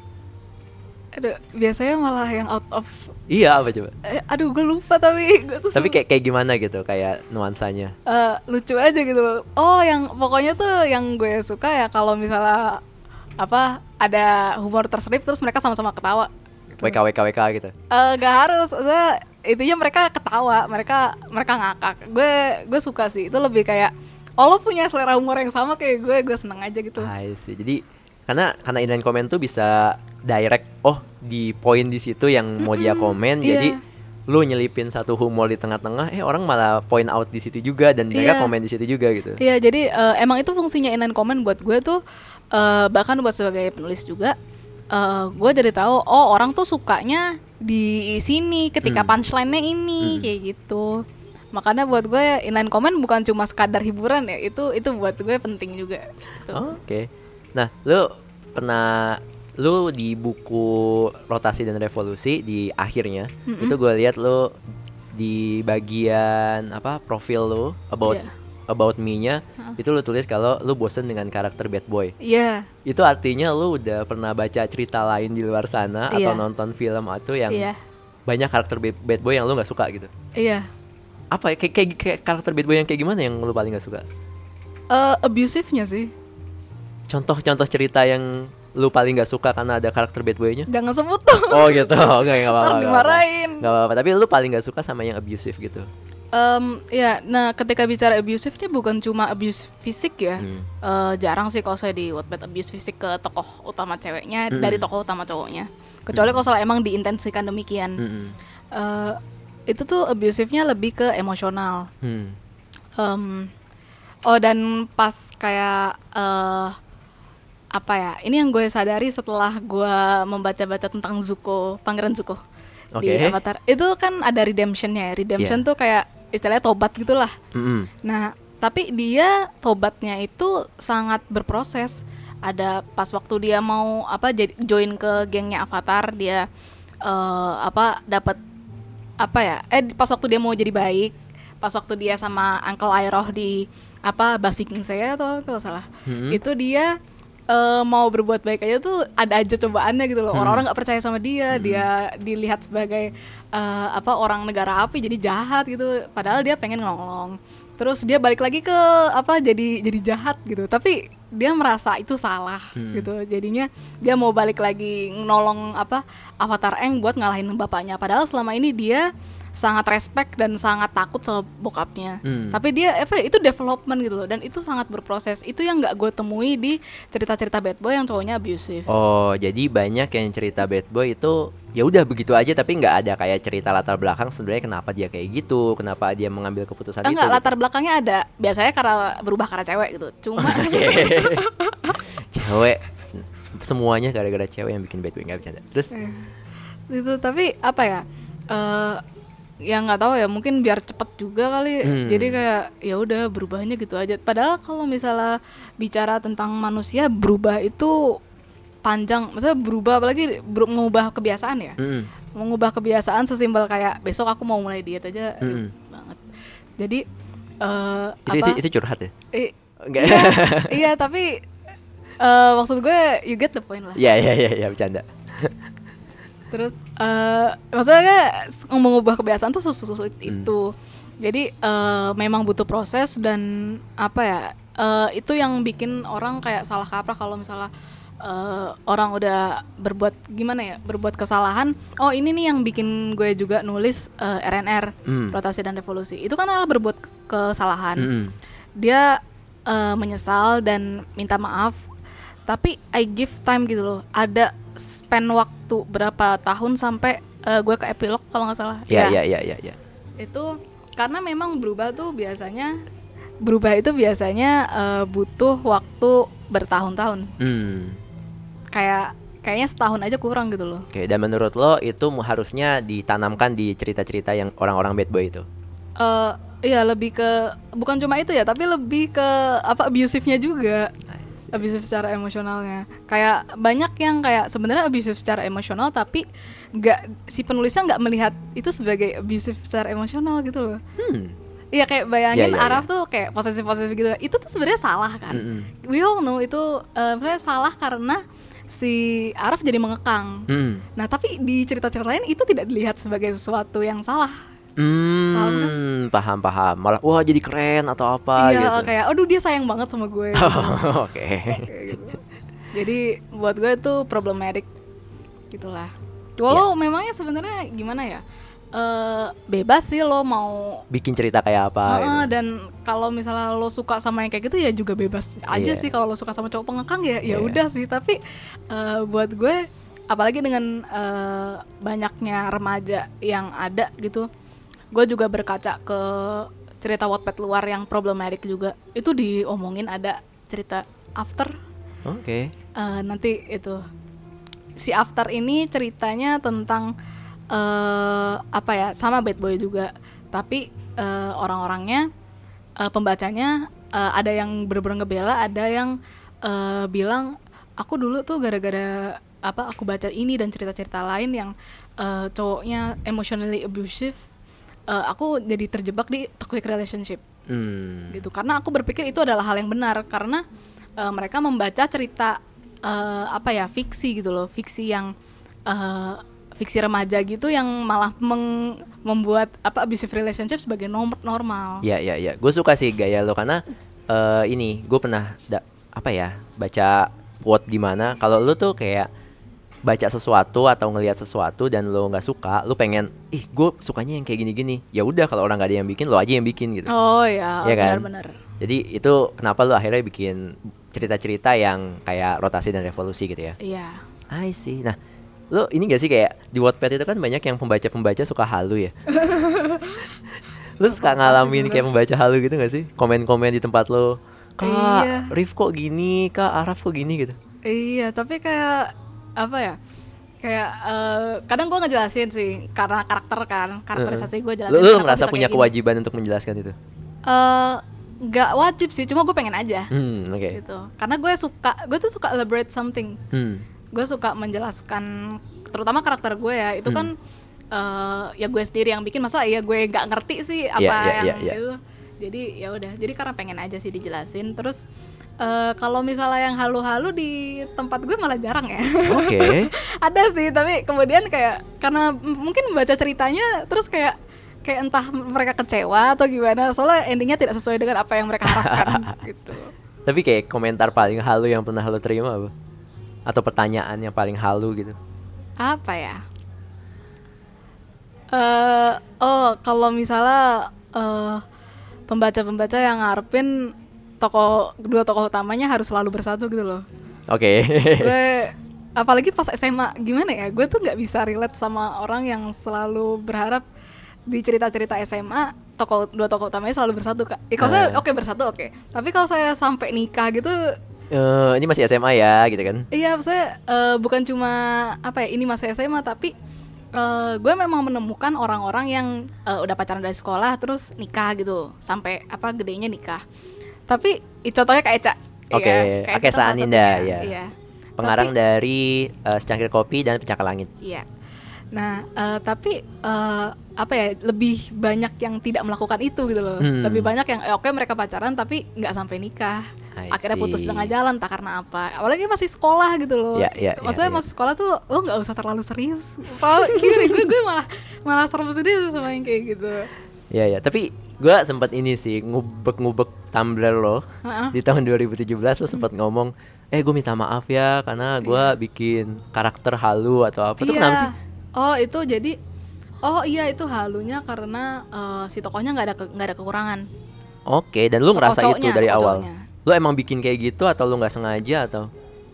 Aduh, biasanya malah yang out of. Iya, apa coba? Eh, aduh, gue lupa tapi gue tuh. Tapi kayak kayak gimana gitu, kayak nuansanya? Uh, lucu aja gitu. Oh, yang pokoknya tuh yang gue suka ya kalau misalnya apa ada humor terselip terus mereka sama-sama ketawa. W K W K W K gitu. Uh, gak harus, maksudnya intinya mereka ketawa, mereka mereka ngakak. Gue gue suka sih, itu lebih kayak oh lo punya selera humor yang sama kayak gue, gue seneng aja gitu. I see. Jadi karena karena inline comment tuh bisa direct, oh di poin di situ yang mau dia komen, yeah. Jadi lu nyelipin satu humor di tengah-tengah, eh orang malah point out di situ juga dan mereka yeah. komen di situ juga gitu. Iya, yeah, jadi uh, emang itu fungsinya inline comment buat gue tuh, uh, bahkan buat sebagai penulis juga. Uh, gue jadi tahu oh orang tuh sukanya di sini ketika hmm. punchline-nya ini hmm. kayak gitu. Makanya buat gue inline comment bukan cuma sekadar hiburan ya, itu itu buat gue penting juga gitu. Oh, oke. Okay. Nah, lu pernah lu di buku Rotasi dan Revolusi di akhirnya Mm-mm. itu gue lihat lu di bagian apa profil lu about Yeah. about me-nya uh. itu lu tulis kalau lu bosen dengan karakter bad boy. Iya. Yeah. Itu artinya lu udah pernah baca cerita lain di luar sana Yeah. atau nonton film atau yang yeah. banyak karakter bad boy yang lu nggak suka gitu. Iya. Yeah. Apa kayak, kayak kayak karakter bad boy yang kayak gimana yang lu paling nggak suka? Uh, abusive-nya sih. Contoh-contoh cerita yang lu paling gak suka karena ada karakter bad boy-nya? Jangan sebut tuh. Oh gitu, enggak, enggak apa-apa. Ntar dimarahin. Enggak apa-apa, tapi lu paling gak suka sama yang abusive gitu? Um, ya, nah ketika bicara abusive nya bukan cuma abuse fisik ya. hmm. uh, Jarang sih kalau saya di Wattpad abuse fisik ke tokoh utama ceweknya hmm. dari tokoh utama cowoknya. Kecuali hmm. kalau salah emang diintensikan demikian. hmm. uh, Itu tuh abusive-nya lebih ke emosional. hmm. um, Oh dan pas kayak uh, apa ya, ini yang gue sadari setelah gue membaca-baca tentang Zuko, Pangeran Zuko okay. di Avatar. Itu kan ada redemption-nya. Redemption yeah. tuh kayak istilahnya tobat gitulah. Mm-hmm. Nah, tapi dia tobatnya itu sangat berproses. Ada pas waktu dia mau apa jadi join ke gengnya Avatar, dia uh, apa dapat apa ya? Eh pas waktu dia mau jadi baik, pas waktu dia sama Uncle Iroh di apa Basing saya atau kalau salah. Mm-hmm. Itu dia Uh, mau berbuat baik aja tuh ada aja cobaannya gitu loh. hmm. Orang-orang nggak percaya sama dia, hmm. dia dilihat sebagai uh, apa orang negara api jadi jahat gitu. Padahal dia pengen nolong. Terus dia balik lagi ke apa jadi jadi jahat gitu. Tapi dia merasa itu salah hmm. gitu. Jadinya dia mau balik lagi nolong apa Avatar Aang buat ngalahin bapaknya. Padahal selama ini dia sangat respect dan sangat takut sama bokapnya. Hmm. Tapi dia apa itu development gitu loh, dan itu sangat berproses. Itu yang nggak gue temui di cerita-cerita bad boy yang cowoknya abusive. Oh, jadi banyak yang cerita bad boy itu ya udah begitu aja, tapi nggak ada kayak cerita latar belakang sebenarnya kenapa dia kayak gitu, kenapa dia mengambil keputusan Enggak, itu. Enggak, latar gitu. Belakangnya ada. Biasanya karena berubah karena cewek gitu. Cuma cewek semuanya gara-gara cewek yang bikin bad boy, nggak bercanda. Terus itu tapi apa ya? Uh, ya nggak tahu ya, mungkin biar cepet juga kali. hmm. Jadi kayak ya udah berubahnya gitu aja. Padahal kalau misalnya bicara tentang manusia berubah itu panjang, maksudnya berubah apalagi ber- mengubah kebiasaan ya. hmm. Mengubah kebiasaan sesimpel kayak besok aku mau mulai diet aja hmm. ribet banget. Jadi uh, itu, apa itu, itu curhat ya? Eh, iya, iya tapi uh, maksud gue you get the point lah. Iya iya iya ya, bercanda. Terus uh, maksudnya mengubah kebiasaan tuh sulit hmm. itu. Jadi uh, memang butuh proses dan apa ya, uh, itu yang bikin orang kayak salah kaprah kalau misalnya uh, orang udah berbuat gimana ya, berbuat kesalahan. Oh ini nih yang bikin gue juga nulis uh, R N R hmm. Rotasi dan Revolusi. Itu kan malah berbuat kesalahan. hmm. Dia uh, menyesal dan minta maaf. Tapi I give time gitu loh. Ada spend waktu berapa tahun sampai uh, gue ke epilog kalau nggak salah. Iya iya iya iya. Itu karena memang berubah tuh biasanya berubah itu biasanya uh, butuh waktu bertahun-tahun. Hmm. Kayak kayaknya setahun aja kurang gitu loh. Oke, dan menurut lo itu harusnya ditanamkan di cerita-cerita yang orang-orang bad boy itu? Uh, iya lebih ke bukan cuma itu ya, tapi lebih ke apa abusive-nya juga. Abusive secara emosionalnya. Kayak banyak yang kayak sebenarnya abusive secara emosional tapi nggak, si penulisnya nggak melihat itu sebagai abusive secara emosional gitu loh. Hmm. Iya kayak bayangin yeah, yeah, Araf yeah. tuh kayak posesif-posesif gitu. Itu tuh sebenarnya salah kan. Mm-hmm. We all know itu uh, sebenarnya salah karena si Araf jadi mengekang. Mm. Nah tapi di cerita-cerita lain itu tidak dilihat sebagai sesuatu yang salah. Hmm, paham kan? Paham paham. Malah wah jadi keren atau apa iya, gitu. Iya kayak aduh dia sayang banget sama gue. Oh, Oke. Okay. Gitu. Jadi buat gue itu problematic gitulah. Walau yeah. memangnya sebenarnya gimana ya? Uh, bebas sih lo mau bikin cerita kayak apa uh, gitu. Dan kalau misalnya lo suka sama yang kayak gitu ya juga bebas aja yeah. sih. Kalau lo suka sama cowok pengekang ya ya udah yeah. sih. Tapi uh, buat gue apalagi dengan uh, banyaknya remaja yang ada gitu, gue juga berkaca ke cerita Wattpad luar yang problematik juga. Itu diomongin ada cerita After. Oke. Okay. Uh, nanti itu si After ini ceritanya tentang uh, apa ya, sama bad boy juga. Tapi uh, orang-orangnya, uh, pembacanya uh, ada yang bener-bener ngebela, ada yang uh, bilang aku dulu tuh gara-gara apa aku baca ini dan cerita-cerita lain yang uh, cowoknya emotionally abusive, uh, aku jadi terjebak di toxic relationship. Hmm. Gitu. Karena aku berpikir itu adalah hal yang benar karena uh, mereka membaca cerita uh, apa ya fiksi gitu loh, fiksi yang uh, fiksi remaja gitu yang malah meng- membuat apa abusive relationship sebagai nom- normal. Iya iya iya, gue suka sih gaya lo karena uh, ini gue pernah da- apa ya baca quote di mana kalau lo tuh kayak baca sesuatu atau ngelihat sesuatu dan lo nggak suka, lo pengen ih gue sukanya yang kayak gini-gini, ya udah kalau orang nggak ada yang bikin lo aja yang bikin gitu. Oh ya, ya kan? benar-benar. Jadi itu kenapa lo akhirnya bikin cerita-cerita yang kayak rotasi dan revolusi gitu ya? Iya. I see. Nah, lo ini gak sih kayak di Wattpad itu kan banyak yang pembaca-pembaca suka halu ya? Lo suka ngalamin kayak pembaca halu gitu gak sih? Komen-komen di tempat lo, Kak, iya. Rif kok gini, Kak, Araf kok gini gitu? Iya, tapi kayak apa ya? Kayak uh, kadang gue ngejelasin sih karena karakter kan, karakterisasi gue jelasin. Lo, lo ngerasa punya kewajiban gini. Untuk menjelaskan itu? Uh, gak wajib sih, cuma gue pengen aja. Hmm, oke. Okay. Gitu. Karena gue suka, gue tuh suka elaborate something. Hmm. Gue suka menjelaskan terutama karakter gue ya itu hmm. kan uh, ya gue sendiri yang bikin, masa ya gue nggak ngerti sih apa yeah, yeah, yang yeah, yeah. gitu. Jadi ya udah, jadi karena pengen aja sih dijelasin. Terus uh, kalau misalnya yang halu-halu di tempat gue malah jarang ya. Oke. Okay. Ada sih, tapi kemudian kayak karena m- mungkin membaca ceritanya terus kayak kayak entah mereka kecewa atau gimana, soalnya endingnya tidak sesuai dengan apa yang mereka harapkan gitu. Tapi kayak komentar paling halu yang pernah lo terima apa? Atau pertanyaan yang paling halu gitu? Apa ya? Uh, oh, kalau misalnya uh, pembaca-pembaca yang ngarepin tokoh dua tokoh utamanya harus selalu bersatu gitu loh. Oke. Okay. Gue apalagi pas S M A gimana ya? Gue tuh nggak bisa relate sama orang yang selalu berharap di cerita-cerita S M A tokoh dua tokoh utamanya selalu bersatu, Kak. Ya, kalau uh. saya oke okay, bersatu oke. Okay. Tapi kalau saya sampai nikah gitu. Uh, ini masih S M A ya gitu kan? Iya, saya uh, bukan cuma apa ya ini masih S M A, tapi uh, gue memang menemukan orang-orang yang uh, udah pacaran dari sekolah terus nikah gitu sampai apa gedenya nikah. Tapi contohnya Kak Eca. Oke, okay. ya, Akesa Aninda ya. Iya. Pengarang tapi, dari uh, Secangkir Kopi dan Pencakar Langit. Iya. Nah, uh, tapi uh, apa ya lebih banyak yang tidak melakukan itu gitu loh. Hmm. Lebih banyak yang eh, oke okay, mereka pacaran tapi nggak sampai nikah. Akhirnya putus tengah jalan, tak karena apa. Apalagi masih sekolah gitu loh. Ya, ya, maksudnya ya, ya. masih sekolah tuh lo nggak usah terlalu serius. Kalau gini gue gue malah malah serem sendiri sama yang kayak gitu. Ya ya, tapi gue sempat ini sih ngubek-ngubek Tumblr lo uh-uh. di tahun dua ribu tujuh belas lo sempat hmm. ngomong, eh gue minta maaf ya karena gue yeah. bikin karakter halu atau apa. Itu yeah. kenapa sih? Oh itu jadi, oh iya itu halunya karena uh, si tokohnya nggak ada nggak ke, ada kekurangan. Oke, okay, dan lu Toko ngerasa cowoknya, itu dari awal. Cowoknya. Lu emang bikin kayak gitu atau lu nggak sengaja atau?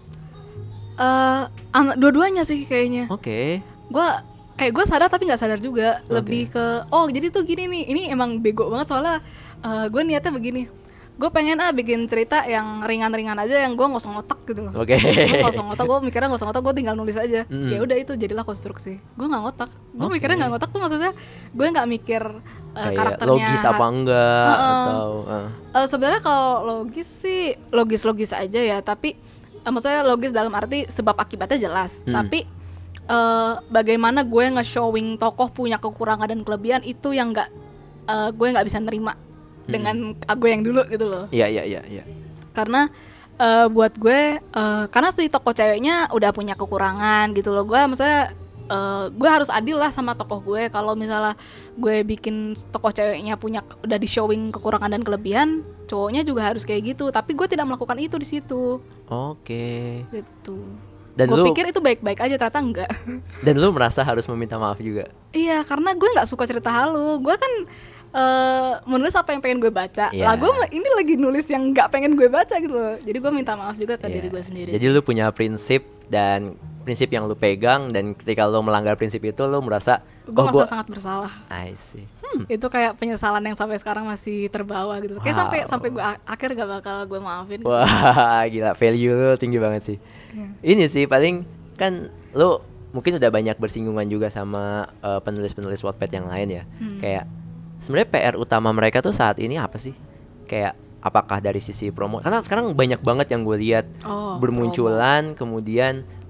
Uh, an- dua-duanya sih kayaknya. Oke. Okay. Gue kayak gue sadar tapi nggak sadar juga. Okay. Lebih ke, oh jadi tuh gini nih, ini emang bego banget soalnya uh, gue niatnya begini. Gue pengen ah bikin cerita yang ringan-ringan aja yang gue nggak usah ngotak gitu loh. Oke. Okay. Gue nggak usah ngotak, gue mikirnya nggak usah ngotak, gue tinggal nulis aja. Mm. Ya udah itu jadilah konstruksi. Gue nggak ngotak. Gue okay. mikirnya nggak ngotak tuh maksudnya gue nggak mikir uh, karakternya logis apa enggak uh, atau. Uh. Uh, sebenarnya kalau logis sih logis-logis aja ya. Tapi uh, maksudnya logis dalam arti sebab akibatnya jelas. Mm. Tapi uh, bagaimana gue nge-showing tokoh punya kekurangan dan kelebihan itu yang nggak uh, gue nggak bisa nerima dengan hmm. gue yang dulu gitu loh. Iya iya iya iya. Karena uh, buat gue uh, karena si tokoh ceweknya udah punya kekurangan gitu loh. Gue maksudnya uh, gue harus adil lah sama tokoh gue. Kalau misalnya gue bikin tokoh ceweknya punya udah di showing kekurangan dan kelebihan, cowoknya juga harus kayak gitu. Tapi gue tidak melakukan itu di situ. Oke. Gitu. Dan gue lu, pikir itu baik-baik aja, ternyata enggak. Dan lu merasa harus meminta maaf juga? Iya, karena gue nggak suka cerita halu. Gue kan Uh, menulis apa yang pengen gue baca. Yeah. Lah gue ini lagi nulis yang nggak pengen gue baca gitu loh. Jadi gue minta maaf juga ke yeah. diri gue sendiri. Jadi sih. Lu punya prinsip dan prinsip yang lu pegang, dan ketika lu melanggar prinsip itu lu merasa gue oh, merasa gua... sangat bersalah. I see. Hmm. Itu kayak penyesalan yang sampai sekarang masih terbawa gitu. Wow. Kayak sampai sampai gue akhir gak bakal gue maafin. Wah gila, value lu tinggi banget sih. Yeah. Ini sih paling kan lu mungkin udah banyak bersinggungan juga sama uh, penulis-penulis Wattpad yang lain ya. Hmm. Kayak sebenarnya P R utama mereka tuh saat ini apa sih? Kayak apakah dari sisi promo? Karena sekarang banyak banget yang gue lihat oh, bermunculan, promo. Kemudian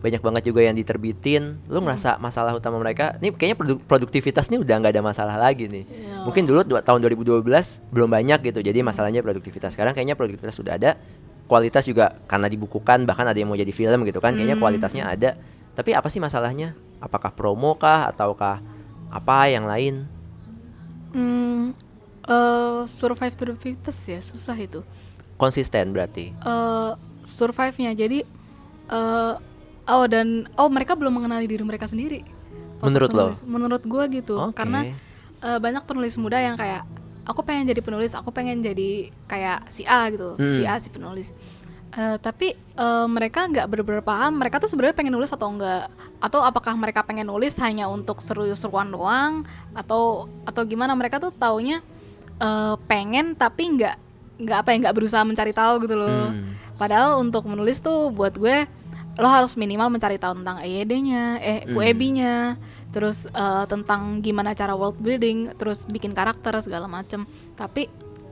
banyak banget juga yang diterbitin. Lu ngerasa masalah utama mereka nih kayaknya produ- produktivitas nih udah nggak ada masalah lagi nih. Yeah. Mungkin dulu dua, tahun dua ribu dua belas belum banyak gitu, jadi masalahnya produktivitas. Sekarang kayaknya produktivitas sudah ada, kualitas juga karena dibukukan, bahkan ada yang mau jadi film gitu kan, kayaknya kualitasnya ada. Tapi apa sih masalahnya? Apakah promo kah ataukah apa yang lain? Hmm, uh, survive produktivitas ya susah itu. Konsisten berarti. Uh, survive-nya jadi uh, oh dan oh mereka belum mengenali diri mereka sendiri. Menurut lo? Menurut gue gitu. Okay. Karena uh, banyak penulis muda yang kayak aku pengen jadi penulis, aku pengen jadi kayak si A gitu, hmm. si A si penulis. Uh, tapi uh, mereka nggak benar-benar paham mereka tuh sebenarnya pengen nulis atau enggak, atau apakah mereka pengen nulis hanya untuk seru-seruan doang, atau atau gimana. Mereka tuh taunya uh, pengen tapi nggak nggak apa ya nggak berusaha mencari tahu gitu loh. Hmm. Padahal untuk menulis tuh buat gue lo harus minimal mencari tahu tentang E Y D-nya, eh U E B-nya, terus uh, tentang gimana cara world building, terus bikin karakter segala macem. Tapi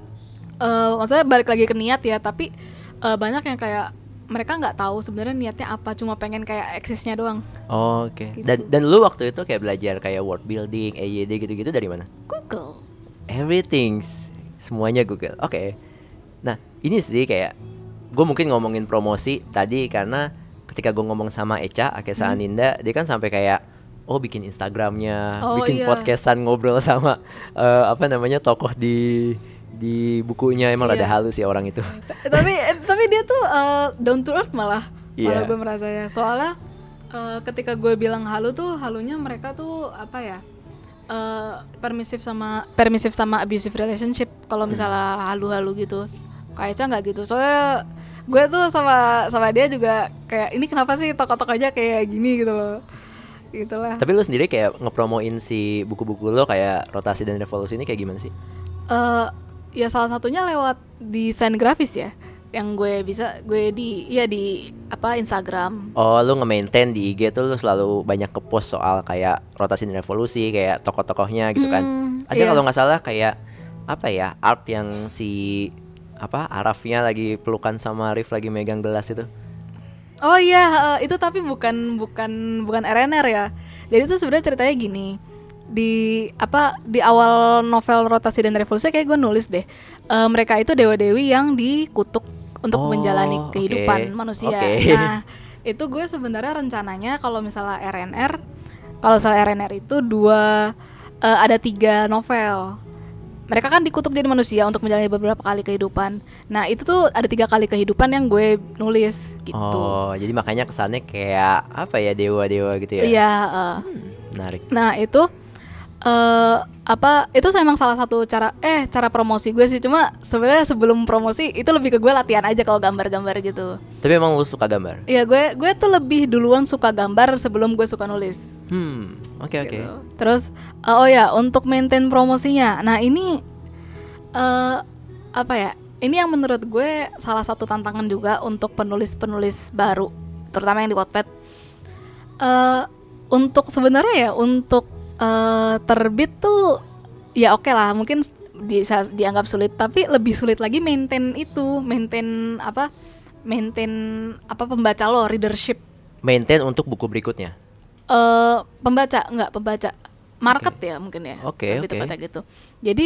uh, maksudnya balik lagi ke niat ya, tapi uh, banyak yang kayak mereka nggak tahu sebenarnya niatnya apa, cuma pengen kayak eksisnya doang. Oh, oke. Okay. Gitu. Dan dan lu waktu itu kayak belajar kayak world building, E Y D gitu-gitu dari mana? Google. Everything, semuanya Google. Oke. Okay. Nah ini sih kayak gue mungkin ngomongin promosi tadi karena ketika gue ngomong sama Echa Akesa hmm. Aninda, dia kan sampai kayak oh bikin Instagramnya, oh, bikin iya. podcastan ngobrol sama uh, apa namanya tokoh di di bukunya. Emang iya. rada halus ya orang itu. tapi tapi dia tuh uh, down to earth malah, yeah. malah gue merasa ya. Soalnya uh, ketika gue bilang halu tuh halunya mereka tuh apa ya? Uh, permisif sama permisif sama abusive relationship. Kalau misalnya hmm. halu-halu gitu, kayak Echa nggak gitu. Soalnya gue tuh sama sama dia juga kayak ini kenapa sih tokoh-tokoh aja kayak gini gitu loh, gitulah. Tapi lu sendiri kayak ngepromoin si buku-buku lo kayak Rotasi dan Revolusi ini kayak gimana sih? Uh, ya salah satunya lewat desain grafis ya, yang gue bisa gue di ya di apa Instagram. Oh, lu nge-maintain di I G tuh lu selalu banyak ke-post soal kayak Rotasi dan Revolusi, kayak tokoh-tokohnya gitu kan. Hmm, Ada iya. kalau nggak salah kayak apa ya art yang si apa Arafnya lagi pelukan sama Rif lagi megang gelas itu. Oh iya, uh, itu tapi bukan bukan bukan R N R ya. Jadi itu sebenarnya ceritanya gini. Di apa di awal novel Rotasi dan Revolusi kayak gue nulis deh. Uh, mereka itu dewa-dewi yang dikutuk untuk oh, menjalani kehidupan okay. manusia. Okay. Nah, itu gue sebenarnya rencananya kalau misalnya R N R, kalau misalnya R N R itu dua uh, ada tiga novel. Mereka kan dikutuk jadi manusia untuk menjalani beberapa kali kehidupan. Nah itu tuh ada tiga kali kehidupan yang gue nulis gitu. Oh jadi makanya kesannya kayak apa ya dewa-dewa gitu ya? Iya. Uh, hmm, menarik. Nah itu uh, apa? Itu memang salah satu cara eh cara promosi gue sih. Cuma sebenarnya sebelum promosi itu lebih ke gue latihan aja kalau gambar-gambar gitu. Tapi emang lu suka gambar? Iya gue gue tuh lebih duluan suka gambar sebelum gue suka nulis. Hmm. Oke okay, gitu. oke. Okay. Terus uh, oh ya untuk maintain promosinya. Nah ini uh, apa ya? Ini yang menurut gue salah satu tantangan juga untuk penulis-penulis baru, terutama yang di Wattpad. Uh, untuk sebenarnya ya untuk uh, terbit tuh ya oke okay lah, mungkin bisa dianggap sulit, tapi lebih sulit lagi maintain itu, maintain apa? Maintain apa pembaca lo, readership. Maintain untuk buku berikutnya. Uh, pembaca enggak pembaca market okay. ya mungkin ya okay, lebih okay. tepatnya gitu. Jadi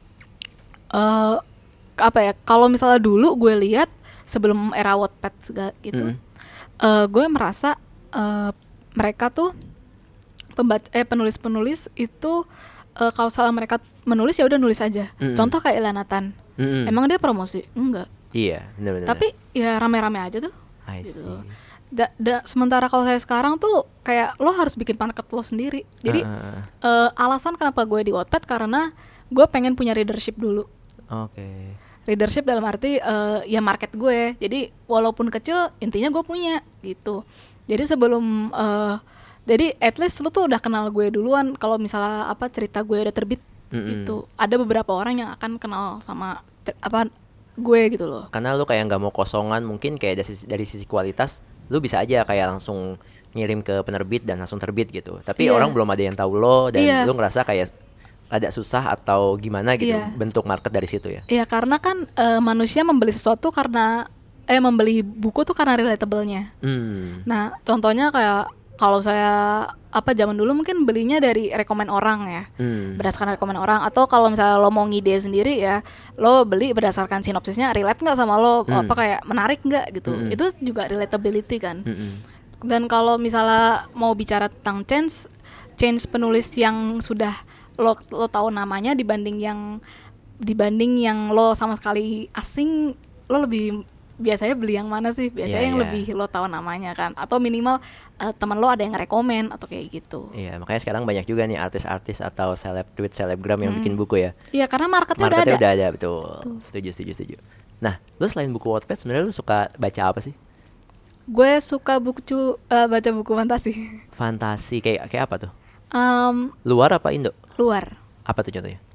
uh, apa ya kalau misalnya dulu gue lihat sebelum era Wattpad gitu, mm. uh, gue merasa uh, mereka tuh pembaca eh penulis-penulis itu uh, kalau salah mereka menulis ya udah nulis aja. Mm-mm. Contoh kayak Elanatan, Mm-mm. emang dia promosi enggak? Iya benar-benar. Tapi ya rame-rame aja tuh. I see. Gitu. Da, da, sementara kalau saya sekarang tuh kayak lo harus bikin market lo sendiri. Jadi uh. Uh, alasan kenapa gue di Wattpad karena gue pengen punya readership dulu. Oke. Okay. Readership dalam arti uh, ya market gue. Jadi walaupun kecil intinya gue punya gitu. Jadi sebelum uh, jadi at least lo tuh udah kenal gue duluan. Kalau misalnya apa cerita gue udah terbit mm-hmm. gitu, ada beberapa orang yang akan kenal sama ter- apa gue gitu loh. Karena lo kayak nggak mau kosongan mungkin kayak dari sisi, dari sisi kualitas. Lu bisa aja kayak langsung ngirim ke penerbit dan langsung terbit gitu. Tapi yeah. orang belum ada yang tahu lo dan yeah. lu ngerasa kayak ada susah atau gimana gitu yeah. bentuk market dari situ ya. Iya, yeah, karena kan uh, manusia membeli sesuatu karena eh membeli buku tuh karena relatable-nya. Hmm. Nah, contohnya kayak kalau saya apa zaman dulu mungkin belinya dari rekomen orang ya, hmm. berdasarkan rekomen orang. Atau kalau misalnya lo mau ngide sendiri ya, lo beli berdasarkan sinopsisnya relate nggak sama lo, hmm. apa kayak menarik nggak gitu. Hmm. Itu juga relatability kan. Hmm. Dan kalau misalnya mau bicara tentang change, change penulis yang sudah lo lo tahu namanya dibanding yang dibanding yang lo sama sekali asing, lo lebih biasanya beli yang mana sih? Biasanya yeah, yang yeah. lebih lo tahu namanya kan, atau minimal uh, teman lo ada yang rekomen atau kayak gitu. Iya, yeah, makanya sekarang banyak juga nih artis-artis atau seleb tweet selebgram yang hmm. bikin buku ya. Iya, yeah, karena marketnya, marketnya udah ada. udah ada, betul. Tuh. Setuju, setuju, setuju. Nah, lo selain buku Wattpad sebenarnya lo suka baca apa sih? Gue suka buku uh, baca buku fantasi. Fantasi kayak kayak apa tuh? Um, luar apa Indo? Luar. Apa tuh contohnya?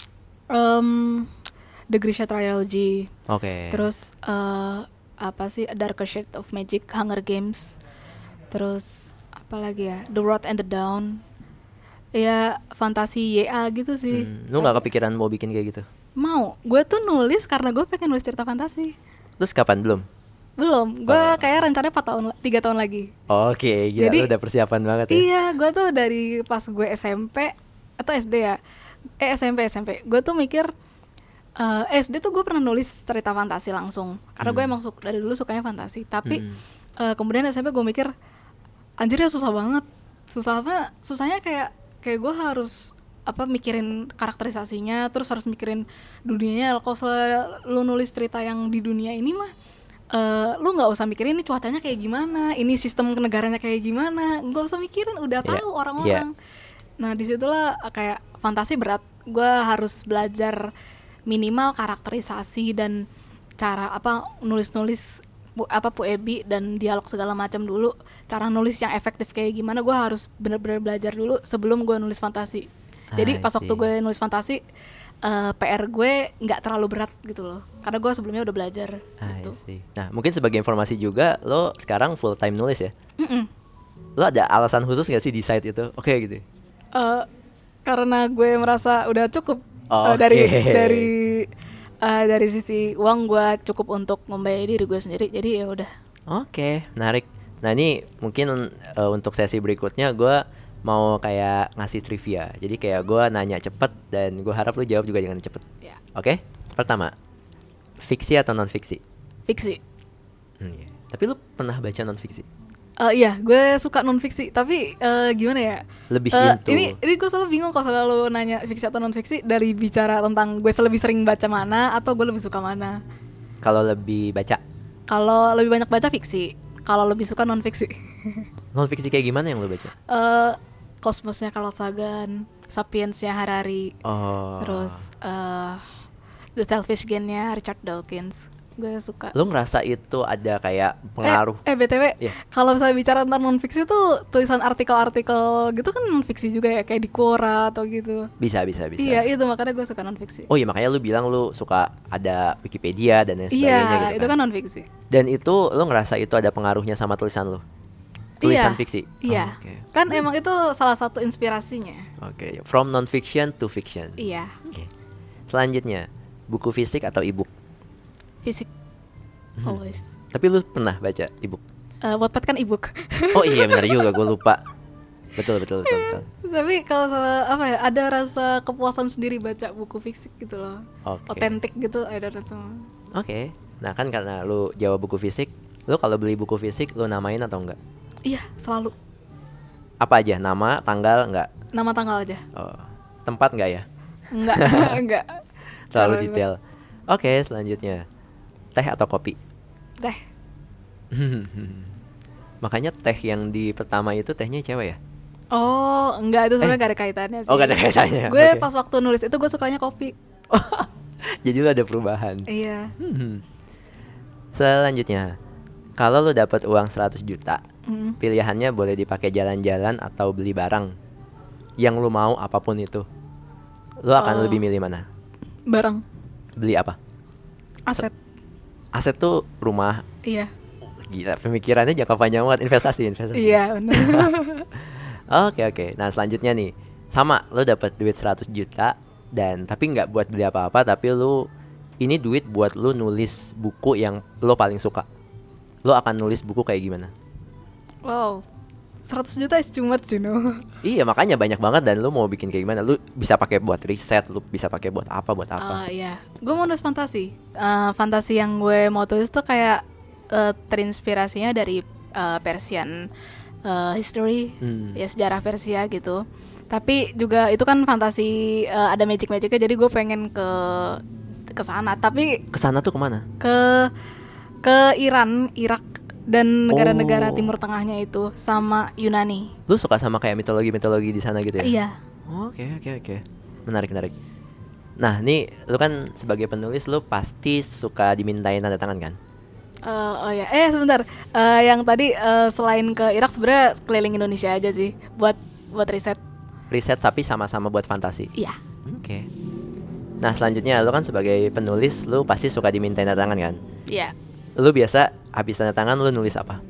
Um, The Grisha Trilogy. Oke. Okay. Terus uh, apa sih Darker Shade of Magic, Hunger Games. Terus apa lagi ya? The Road and the Dawn. Ya fantasi Y A gitu sih. Hmm, lu nggak kepikiran mau bikin kayak gitu? Mau. Gue tuh nulis karena gue pengen nulis cerita fantasi. Terus kapan belum? Belum. Gue oh. kayak rencananya empat tahun, tiga tahun lagi. Oke, okay, gila. Jadi, lu udah persiapan banget ya. Iya, gue tuh dari pas gue S M P atau S D ya. Eh S M P S M P. Gue tuh mikir Uh, S D tuh gue pernah nulis cerita fantasi langsung karena hmm. gue emang suka, dari dulu sukanya fantasi. Tapi hmm. uh, kemudian S M P gue mikir anjir ya susah banget. Susah apa? Susahnya kayak kayak gue harus apa mikirin karakterisasinya, terus harus mikirin dunianya. Kalau lu nulis cerita yang di dunia ini mah uh, lu nggak usah mikirin ini cuacanya kayak gimana, ini sistem negaranya kayak gimana, nggak usah mikirin, udah yeah. tahu orang-orang. Yeah. Nah disitulah kayak fantasi berat. Gue harus belajar minimal karakterisasi dan cara apa nulis-nulis pu, apa puebi dan dialog segala macam dulu. Cara nulis yang efektif kayak gimana gue harus benar-benar belajar dulu sebelum gue nulis fantasi. Jadi pas waktu gue nulis fantasi uh, P R gue nggak terlalu berat gitu loh, karena gue sebelumnya udah belajar. Gitu. Nah mungkin sebagai informasi juga lo sekarang full time nulis ya? Mm-mm. Lo ada alasan khusus nggak sih di site itu? Oke okay, gitu. Uh, karena gue merasa udah cukup. Oh, uh, dari okay. dari uh, dari sisi uang gue cukup untuk membayar diri gue sendiri, jadi ya udah. Oke, okay, menarik. Nah ini mungkin uh, untuk sesi berikutnya gue mau kayak ngasih trivia. Jadi kayak gue nanya cepet dan gue harap lu jawab juga dengan cepet. Yeah. Oke, okay? Pertama, fiksi atau non fiksi? Fiksi. Hmm, yeah. Tapi lu pernah baca non fiksi? Uh, iya, gue suka non fiksi, tapi uh, gimana ya? Lebih uh, into. Ini, ini gue selalu bingung kalau selalu nanya fiksi atau non fiksi dari bicara tentang gue lebih sering baca mana atau gue lebih suka mana. Kalau lebih baca? Kalau lebih banyak baca fiksi, kalau lebih suka non fiksi. Non fiksi kayak gimana yang lo baca? Uh, Kosmosnya Carl Sagan, Sapiensnya Harari, oh. terus uh, The Selfish Gene-nya Richard Dawkins. Gue suka. Lo ngerasa itu ada kayak pengaruh? Eh, eh B T W, yeah. kalau misalnya bicara tentang non-fiksi tuh tulisan artikel-artikel gitu kan non-fiksi juga ya, kayak di Quora atau gitu. Bisa, bisa, bisa. Iya, itu makanya gue suka non-fiksi. Oh iya, makanya lo bilang lo suka ada Wikipedia dan lain sebagainya iya, gitu kan. Iya, itu kan non-fiksi. Dan itu lo ngerasa itu ada pengaruhnya sama tulisan lo? Tulisan iya, fiksi? Iya, oh, okay. Kan emang itu salah satu inspirasinya. Oke, okay. From non-fiction to fiction. Iya. Oke. Okay. Selanjutnya, buku fisik atau e-book? Fisik. Always. Hmm. Tapi lu pernah baca e-book? Uh, Wattpad kan e-book. Oh iya benar juga, gue lupa. Betul betul betul. betul. Tapi kalau apa ya, ada rasa kepuasan sendiri baca buku fisik gitu loh. Otentik okay. gitu, ada rasa. Oke. Okay. Nah kan karena lu jawab buku fisik, lu kalau beli buku fisik lu namain atau enggak? Iya selalu. Apa aja? Nama, tanggal enggak? Nama tanggal aja. Oh. Tempat enggak ya? Enggak enggak. Terlalu detail. Oke okay, selanjutnya, teh atau kopi? Teh. Makanya teh yang di pertama itu tehnya cewek ya? Oh, enggak, itu sebenarnya eh. gak ada kaitannya sih. Oh, gak ada kaitannya. Gue okay. pas waktu nulis itu gue sukanya kopi. Jadi lu ada perubahan. Iya. Hmm. Selanjutnya, kalau lu dapat uang seratus juta, mm. pilihannya boleh dipakai jalan-jalan atau beli barang. Yang lu mau apapun itu. Lu akan oh. lebih milih mana? Barang. Beli apa? Aset. Aset tuh rumah. Iya. Gila, pemikirannya jangka panjang banget. Investasi, investasi. Iya, benar. Oke, oke. Nah, selanjutnya nih. Sama, lo dapat duit seratus juta dan tapi nggak buat beli apa-apa, tapi lo ini duit buat lu nulis buku yang lo paling suka, lo akan nulis buku kayak gimana? Wow, seratus juta is too much, you know. Iya, makanya banyak banget, dan lu mau bikin kayak gimana? Lu bisa pakai buat riset, lu bisa pakai buat apa, buat apa? Uh, iya, gue mau nulis fantasi. Uh, fantasi yang gue mau tulis tuh kayak uh, terinspirasinya dari uh, Persian uh, history, hmm. ya sejarah Persia gitu. Tapi juga itu kan fantasi uh, ada magic-magicnya, jadi gue pengen ke ke sana. Tapi ke sana tuh kemana? Ke ke Iran, Irak, dan negara-negara oh. Timur Tengahnya itu, sama Yunani. Lu suka sama kayak mitologi-mitologi di sana gitu ya? Iya. Oke oke oke, menarik menarik. Nah, nih lu kan sebagai penulis, lu pasti suka dimintain tanda tangan kan? Uh, oh ya, eh sebentar. Uh, yang tadi uh, selain ke Irak sebenarnya keliling Indonesia aja sih, buat buat riset. Riset tapi sama-sama buat fantasi. Iya. Oke. Okay. Nah, selanjutnya lu kan sebagai penulis, lu pasti suka dimintain tanda tangan kan? Iya. Lu biasa habis tanda tangan lu nulis apa?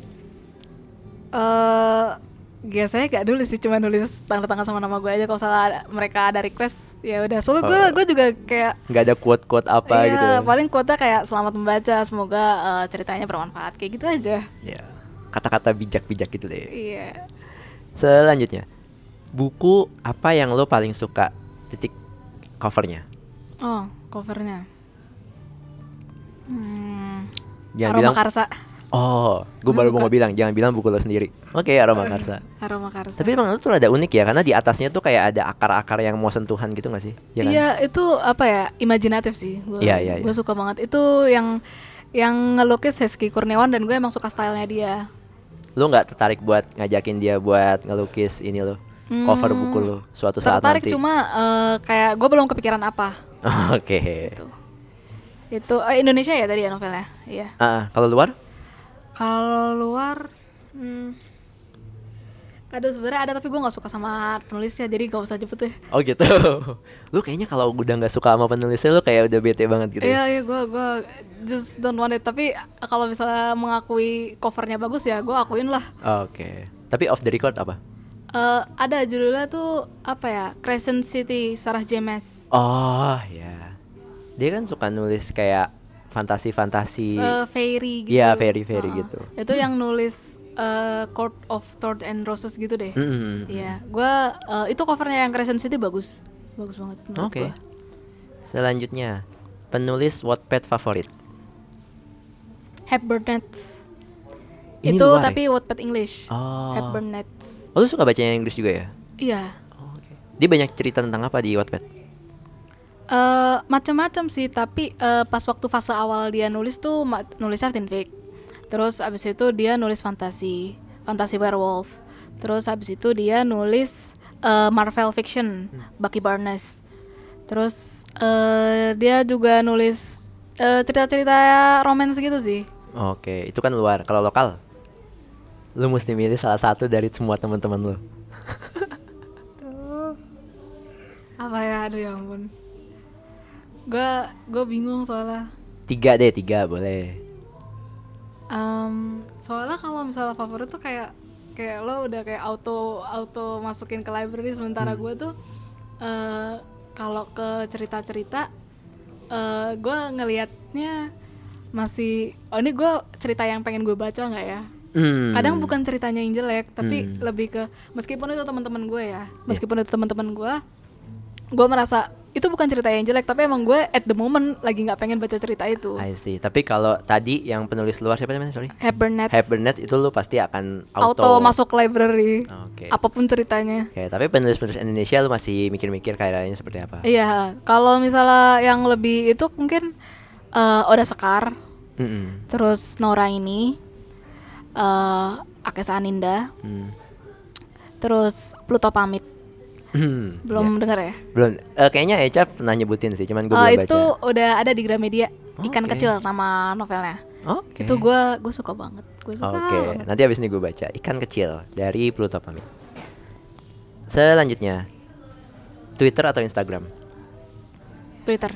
Uh, biasanya gak nulis sih, cuma nulis tanda tangan sama nama gue aja. Kalau salah mereka ada request, ya udah. Soalnya gue oh. gue juga kayak nggak ada quote-quote apa iya, gitu. Paling quote-nya kayak selamat membaca, semoga uh, ceritanya bermanfaat, kayak gitu aja. Iya. Kata-kata bijak-bijak gitu deh. Iya. Selanjutnya, buku apa yang lo paling suka? Titik covernya. Oh, covernya. Hmm, jangan Aroma bilang Karsa. Oh, gue baru mau bilang jangan bilang buku lo sendiri. Oke, okay, Aroma Karsa. Aroma Karsa. Tapi emang itu tuh ada unik ya, karena di atasnya tuh kayak ada akar-akar yang mau sentuhan gitu nggak sih? Iya, kan? Iya, itu apa ya? Imajinatif sih. Iya, iya. Gue suka banget. Itu yang yang ngelukis Hezky Kurniawan, dan gue emang suka stylenya dia. Lo nggak tertarik buat ngajakin dia buat ngelukis ini lo? Hmm, cover buku lo suatu saat tertarik, nanti. cuma uh, kayak gue belum kepikiran apa. Oke. Okay. Itu, itu uh, Indonesia ya tadi ya novelnya. Iya. Uh, kalau luar? Kalau luar, hmm, aduh sebenarnya ada, tapi gue nggak suka sama penulisnya, jadi gak usah jemput deh. Oh gitu. Lu kayaknya kalau udah nggak suka sama penulisnya, lu kayak udah bete banget gitu. Iya iya, gue gue just don't want it. Tapi kalau misalnya mengakui covernya bagus ya gue akuin lah. Oke. Okay. Tapi off the record apa? Uh, ada judulnya tuh apa ya, Crescent City, Sarah James. Oh ya, dia kan suka nulis kayak fantasi-fantasi, uh, fairy gitu. Iya, fairy-fairy uh-uh. gitu. Itu yang nulis uh, Court of Thorns and Roses gitu deh. Iya, mm-hmm. gue uh, itu covernya yang Crescent City bagus, bagus banget. Oke. Okay. Selanjutnya, penulis Wattpad favorit? Hepburn. Ini itu luar, tapi ya? Wattpad English. Oh. Hepburn. Oh, lu suka baca yang Inggris juga ya? Iya. Oh, okay. Dia banyak cerita tentang apa di Wattpad? Uh, macam-macam sih, tapi uh, pas waktu fase awal dia nulis tuh ma- nulisnya fanfic. Terus abis itu dia nulis fantasi, fantasi werewolf. Terus abis itu dia nulis uh, Marvel fiction, hmm. Bucky Barnes. Terus uh, dia juga nulis uh, cerita-cerita romance gitu sih. Oke, itu kan luar. Kalau lokal, lu mesti milih salah satu dari semua teman-teman lu. Aduh. Apa ya, aduh ya ampun. Gue gue bingung soalnya. Tiga deh, tiga boleh. Um, soalnya kalau misalnya favorit tuh kayak kayak lo udah kayak auto auto masukin ke library, sementara hmm. gue tuh uh, kalau ke cerita-cerita uh, gue ngelihatnya masih, oh ini gue cerita yang pengen gue baca nggak ya? Hmm. Kadang bukan ceritanya yang jelek, tapi hmm. lebih ke meskipun itu teman-teman gue ya, meskipun yeah. itu teman-teman gue, gue merasa itu bukan cerita yang jelek, tapi emang gue at the moment lagi nggak pengen baca cerita itu. I see. Tapi kalau tadi yang penulis luar siapa namanya? Sorry. Hepburn. Hepburn itu lu pasti akan auto, auto masuk library. Okay. Apapun ceritanya. Oke, okay, tapi penulis-penulis Indonesia lu masih mikir-mikir karyanya seperti apa? Iya, kalau misalnya yang lebih itu mungkin uh, Oda Sekar, mm-hmm. terus Nora ini, uh, Akesa Aninda, mm. terus Pluto Pamit. Hmm, belum ya. Dengar ya? Belum. Uh, kayaknya Eca pernah nyebutin sih, cuman gue uh, belum baca. Itu udah ada di Gramedia. Ikan okay. Kecil nama novelnya. Oke. Okay. Itu gue gue suka banget. Gue suka. Oke. Okay. Nanti abis ini gue baca Ikan Kecil dari Pluto Pamit. Selanjutnya, Twitter atau Instagram? Twitter.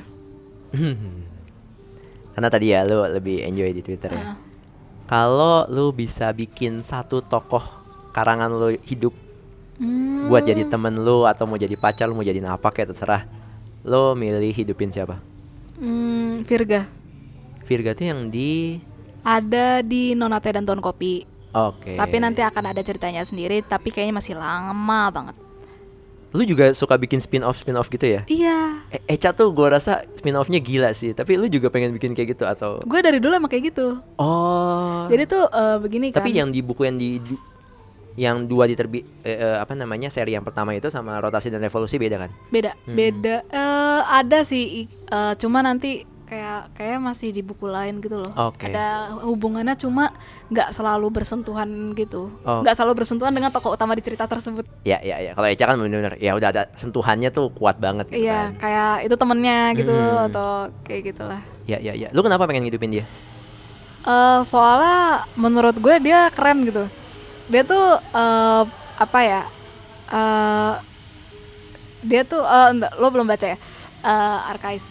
Karena tadi ya lu lebih enjoy di Twitter uh. ya. Kalau lu bisa bikin satu tokoh karangan lu hidup, Hmm. buat jadi temen lu atau mau jadi pacar lu, mau jadi apa kayak terserah, lu milih hidupin siapa? Hmm, Virga. Virga tuh yang di Ada di Nonate dan Tuan Kopi. Oke. Tapi nanti akan ada ceritanya sendiri, tapi kayaknya masih lama banget. Lu juga suka bikin spin-off spin-off gitu ya? Iya. E- Echa tuh gue rasa spin-offnya gila sih. Tapi lu juga pengen bikin kayak gitu atau? Gue dari dulu emang kayak gitu. Oh. Jadi tuh uh, begini kan. Tapi yang di buku yang di du- yang dua diterbit eh, eh, apa namanya seri yang pertama itu sama Rotasi dan Revolusi beda kan? Beda, Hmm. beda. Uh, ada sih, uh, cuma nanti kayak kayak masih di buku lain gitu loh. Oke. Ada hubungannya cuma nggak selalu bersentuhan gitu. Oh. Nggak selalu bersentuhan dengan tokoh utama di cerita tersebut. Ya ya ya. Kalau Echa kan benar-benar ya udah ada sentuhannya tuh kuat banget gitu Iya, kan. kayak itu temennya gitu Hmm. atau kayak gitulah. Ya ya ya. Lu kenapa pengen ngidupin dia? Uh, soalnya menurut gue dia keren gitu. Dia tuh uh, apa ya? Uh, dia tuh uh, enggak, lo belum baca ya? Uh, Archies.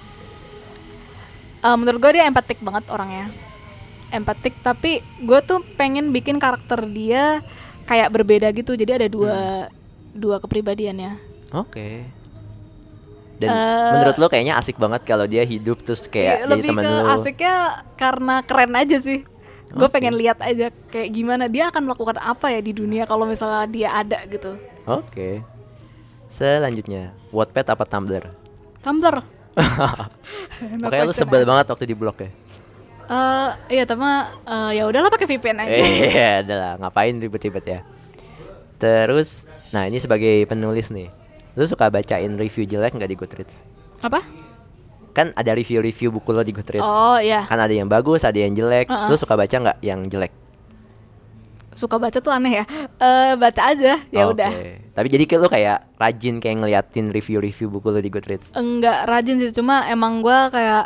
Uh, menurut gue dia empatik banget orangnya. Empatik, tapi gue tuh pengen bikin karakter dia kayak berbeda gitu. Jadi ada dua hmm. dua kepribadiannya. Oke. Dan Uh, menurut lo kayaknya asik banget kalau dia hidup terus kayak jadi lebih teman ke lo. asiknya karena keren aja sih. Gue Oke. pengen lihat aja kayak gimana dia akan melakukan apa ya di dunia kalau misalnya dia ada gitu. Oke. Selanjutnya, Wattpad apa Tumblr? Tumblr. No Makanya lu question sebel asked. banget waktu di blok ya. Eh, iya, tapi uh, ya udahlah pakai V P N aja. Iya, adalah ngapain ribet-ribet ya. Terus, nah ini sebagai penulis nih, lu suka bacain review jelek nggak di Goodreads? Apa? Kan ada review-review buku lo di Goodreads. Oh iya. Kan ada yang bagus, ada yang jelek. Uh-uh. Lu suka baca nggak yang jelek? Suka baca tuh aneh ya. Eh, baca aja, ya Oke. udah. Tapi jadi kayak lu kayak rajin kayak ngeliatin review-review buku lo di Goodreads. Enggak rajin sih, cuma emang gue kayak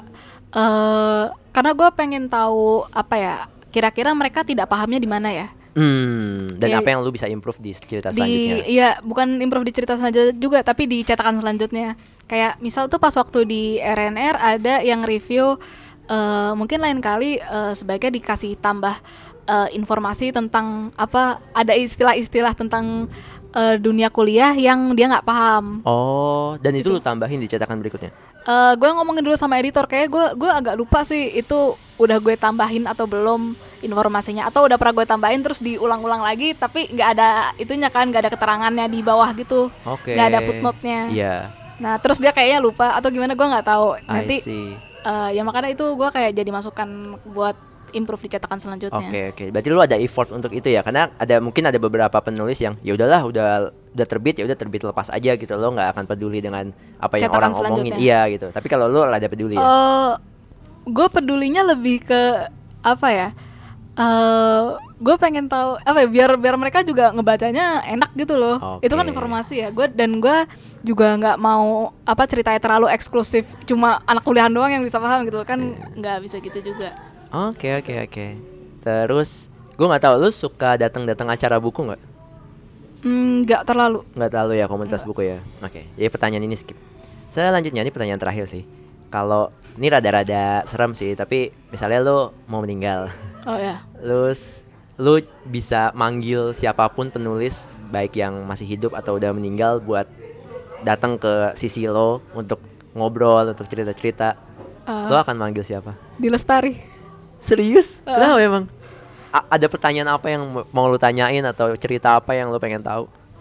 eh karena gue pengen tahu apa ya, kira-kira mereka tidak pahamnya di mana ya. Hmm. Dan Ya, apa yang lu bisa improve di cerita Di selanjutnya? iya, bukan improve di cerita selanjutnya juga, tapi di cetakan selanjutnya. Kayak misal tuh pas waktu di R N R ada yang review, eh mungkin lain kali eh, sebaiknya dikasih tambah eh, informasi tentang apa, ada istilah-istilah tentang eh, dunia kuliah yang dia nggak paham. Oh, dan itu lu tambahin di cetakan berikutnya. Uh, gue ngomongin dulu sama editor, kayak gue gue agak lupa sih itu udah gue tambahin atau belum informasinya, atau udah pernah gue tambahin terus diulang-ulang lagi tapi nggak ada itunya kan, nggak ada keterangannya di bawah gitu, Oke. nggak ada footnote-nya. Iya. Nah terus dia kayaknya lupa atau gimana, gue nggak tahu. Nanti I see. uh, ya makanya itu gue kayak jadi masukan buat improve di cetakan selanjutnya. Oke oke. Berarti lu ada effort untuk itu ya? Karena ada mungkin ada beberapa penulis yang ya udahlah udah udah terbit ya udah terbit lepas aja gitu, lo nggak akan peduli dengan apa yang Cetakan orang omongin. selanjutnya. Iya gitu. Tapi kalau lu rada peduli ya. Uh, gue pedulinya lebih ke apa ya? Uh, gue pengen tahu apa ya, biar biar mereka juga ngebacanya enak gitu loh. Oke. Itu kan informasi ya. Gue dan gue juga nggak mau apa ceritanya terlalu eksklusif, cuma anak kuliahan doang yang bisa paham gitu kan, nggak bisa gitu juga. Oke oke oke. Terus gue nggak tahu lu suka datang-datang acara buku nggak? Hmm, nggak terlalu. Nggak terlalu ya komunitas buku ya. Oke. Jadi pertanyaan ini skip. Selanjutnya ini pertanyaan terakhir sih. Kalau ini rada-rada serem sih, tapi misalnya lu mau meninggal. Oh ya. Terus lu bisa manggil siapapun penulis baik yang masih hidup atau udah meninggal buat datang ke sisi lo untuk ngobrol, untuk cerita-cerita. Uh, Lo akan manggil siapa? di Lestari. Serius? Uh. Kenapa emang? A- ada pertanyaan apa yang m- mau lu tanyain atau cerita apa yang lu pengen tahu?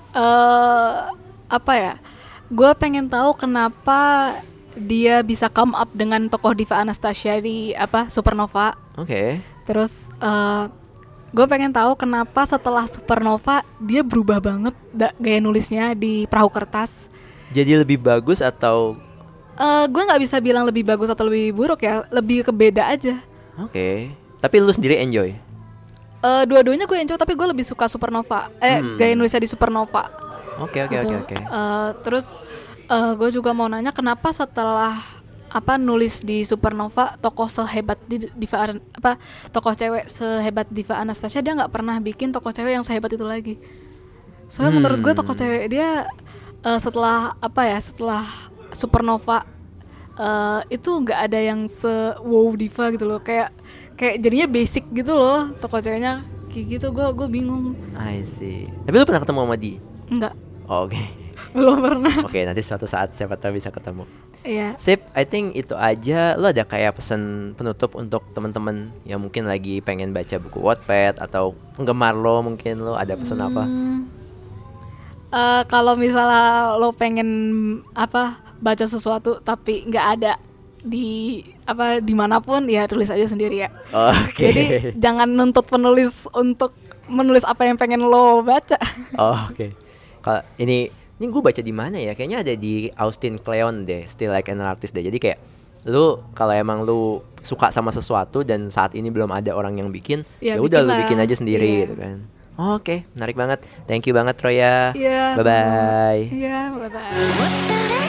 Eh apa ya? Gue pengen tahu kenapa dia bisa come up dengan tokoh Diva Anastasia di apa Supernova. Oke. Terus uh, gue pengen tahu kenapa setelah Supernova dia berubah banget da- gaya nulisnya di perahu kertas. Jadi lebih bagus atau? Uh, gue nggak bisa bilang lebih bagus atau lebih buruk ya, lebih ke beda aja. Oke. Tapi lu sendiri enjoy? Uh, dua-duanya gue enjoy, tapi gue lebih suka Supernova. Eh Hmm. gaya nulisnya di Supernova. Oke oke oke Gitu. oke. Eh, terus uh, gue juga mau nanya kenapa setelah apa nulis di Supernova tokoh sehebat di, Diva An- apa tokoh cewek sehebat Diva Anastasia, dia nggak pernah bikin tokoh cewek yang sehebat itu lagi. Soalnya Hmm. menurut gue tokoh cewek dia uh, setelah apa ya setelah Supernova uh, itu nggak ada yang se wow Diva gitu loh, kayak kayak jadinya basic gitu loh tokoh ceweknya kayak gitu. Gue gue bingung. I see. Tapi lu pernah ketemu sama dia? Enggak, Oh, oke. belum pernah. Oke, nanti suatu saat siapa tahu bisa ketemu. Iya. Sip, I think itu aja. Lo ada kayak pesan penutup untuk teman-teman yang mungkin lagi pengen baca buku Wattpad atau penggemar lo, mungkin lo ada pesan Hmm. apa? Uh, kalau misalnya lo pengen apa baca sesuatu tapi nggak ada di apa dimanapun, ya tulis aja sendiri ya. Oke. Jadi jangan nuntut penulis untuk menulis apa yang pengen lo baca. Oh, oke. Okay. Kalau ini ini gue baca di mana ya? Kayaknya ada di Austin Kleon deh, Still Like an Artist deh. Jadi kayak lu kalau emang lu suka sama sesuatu dan saat ini belum ada orang yang bikin, ya udah lu bikin aja sendiri yeah. gitu kan. Oh, oke, okay. Menarik banget. Thank you banget Troya. Yeah, bye bye. Iya, yeah, bye bye.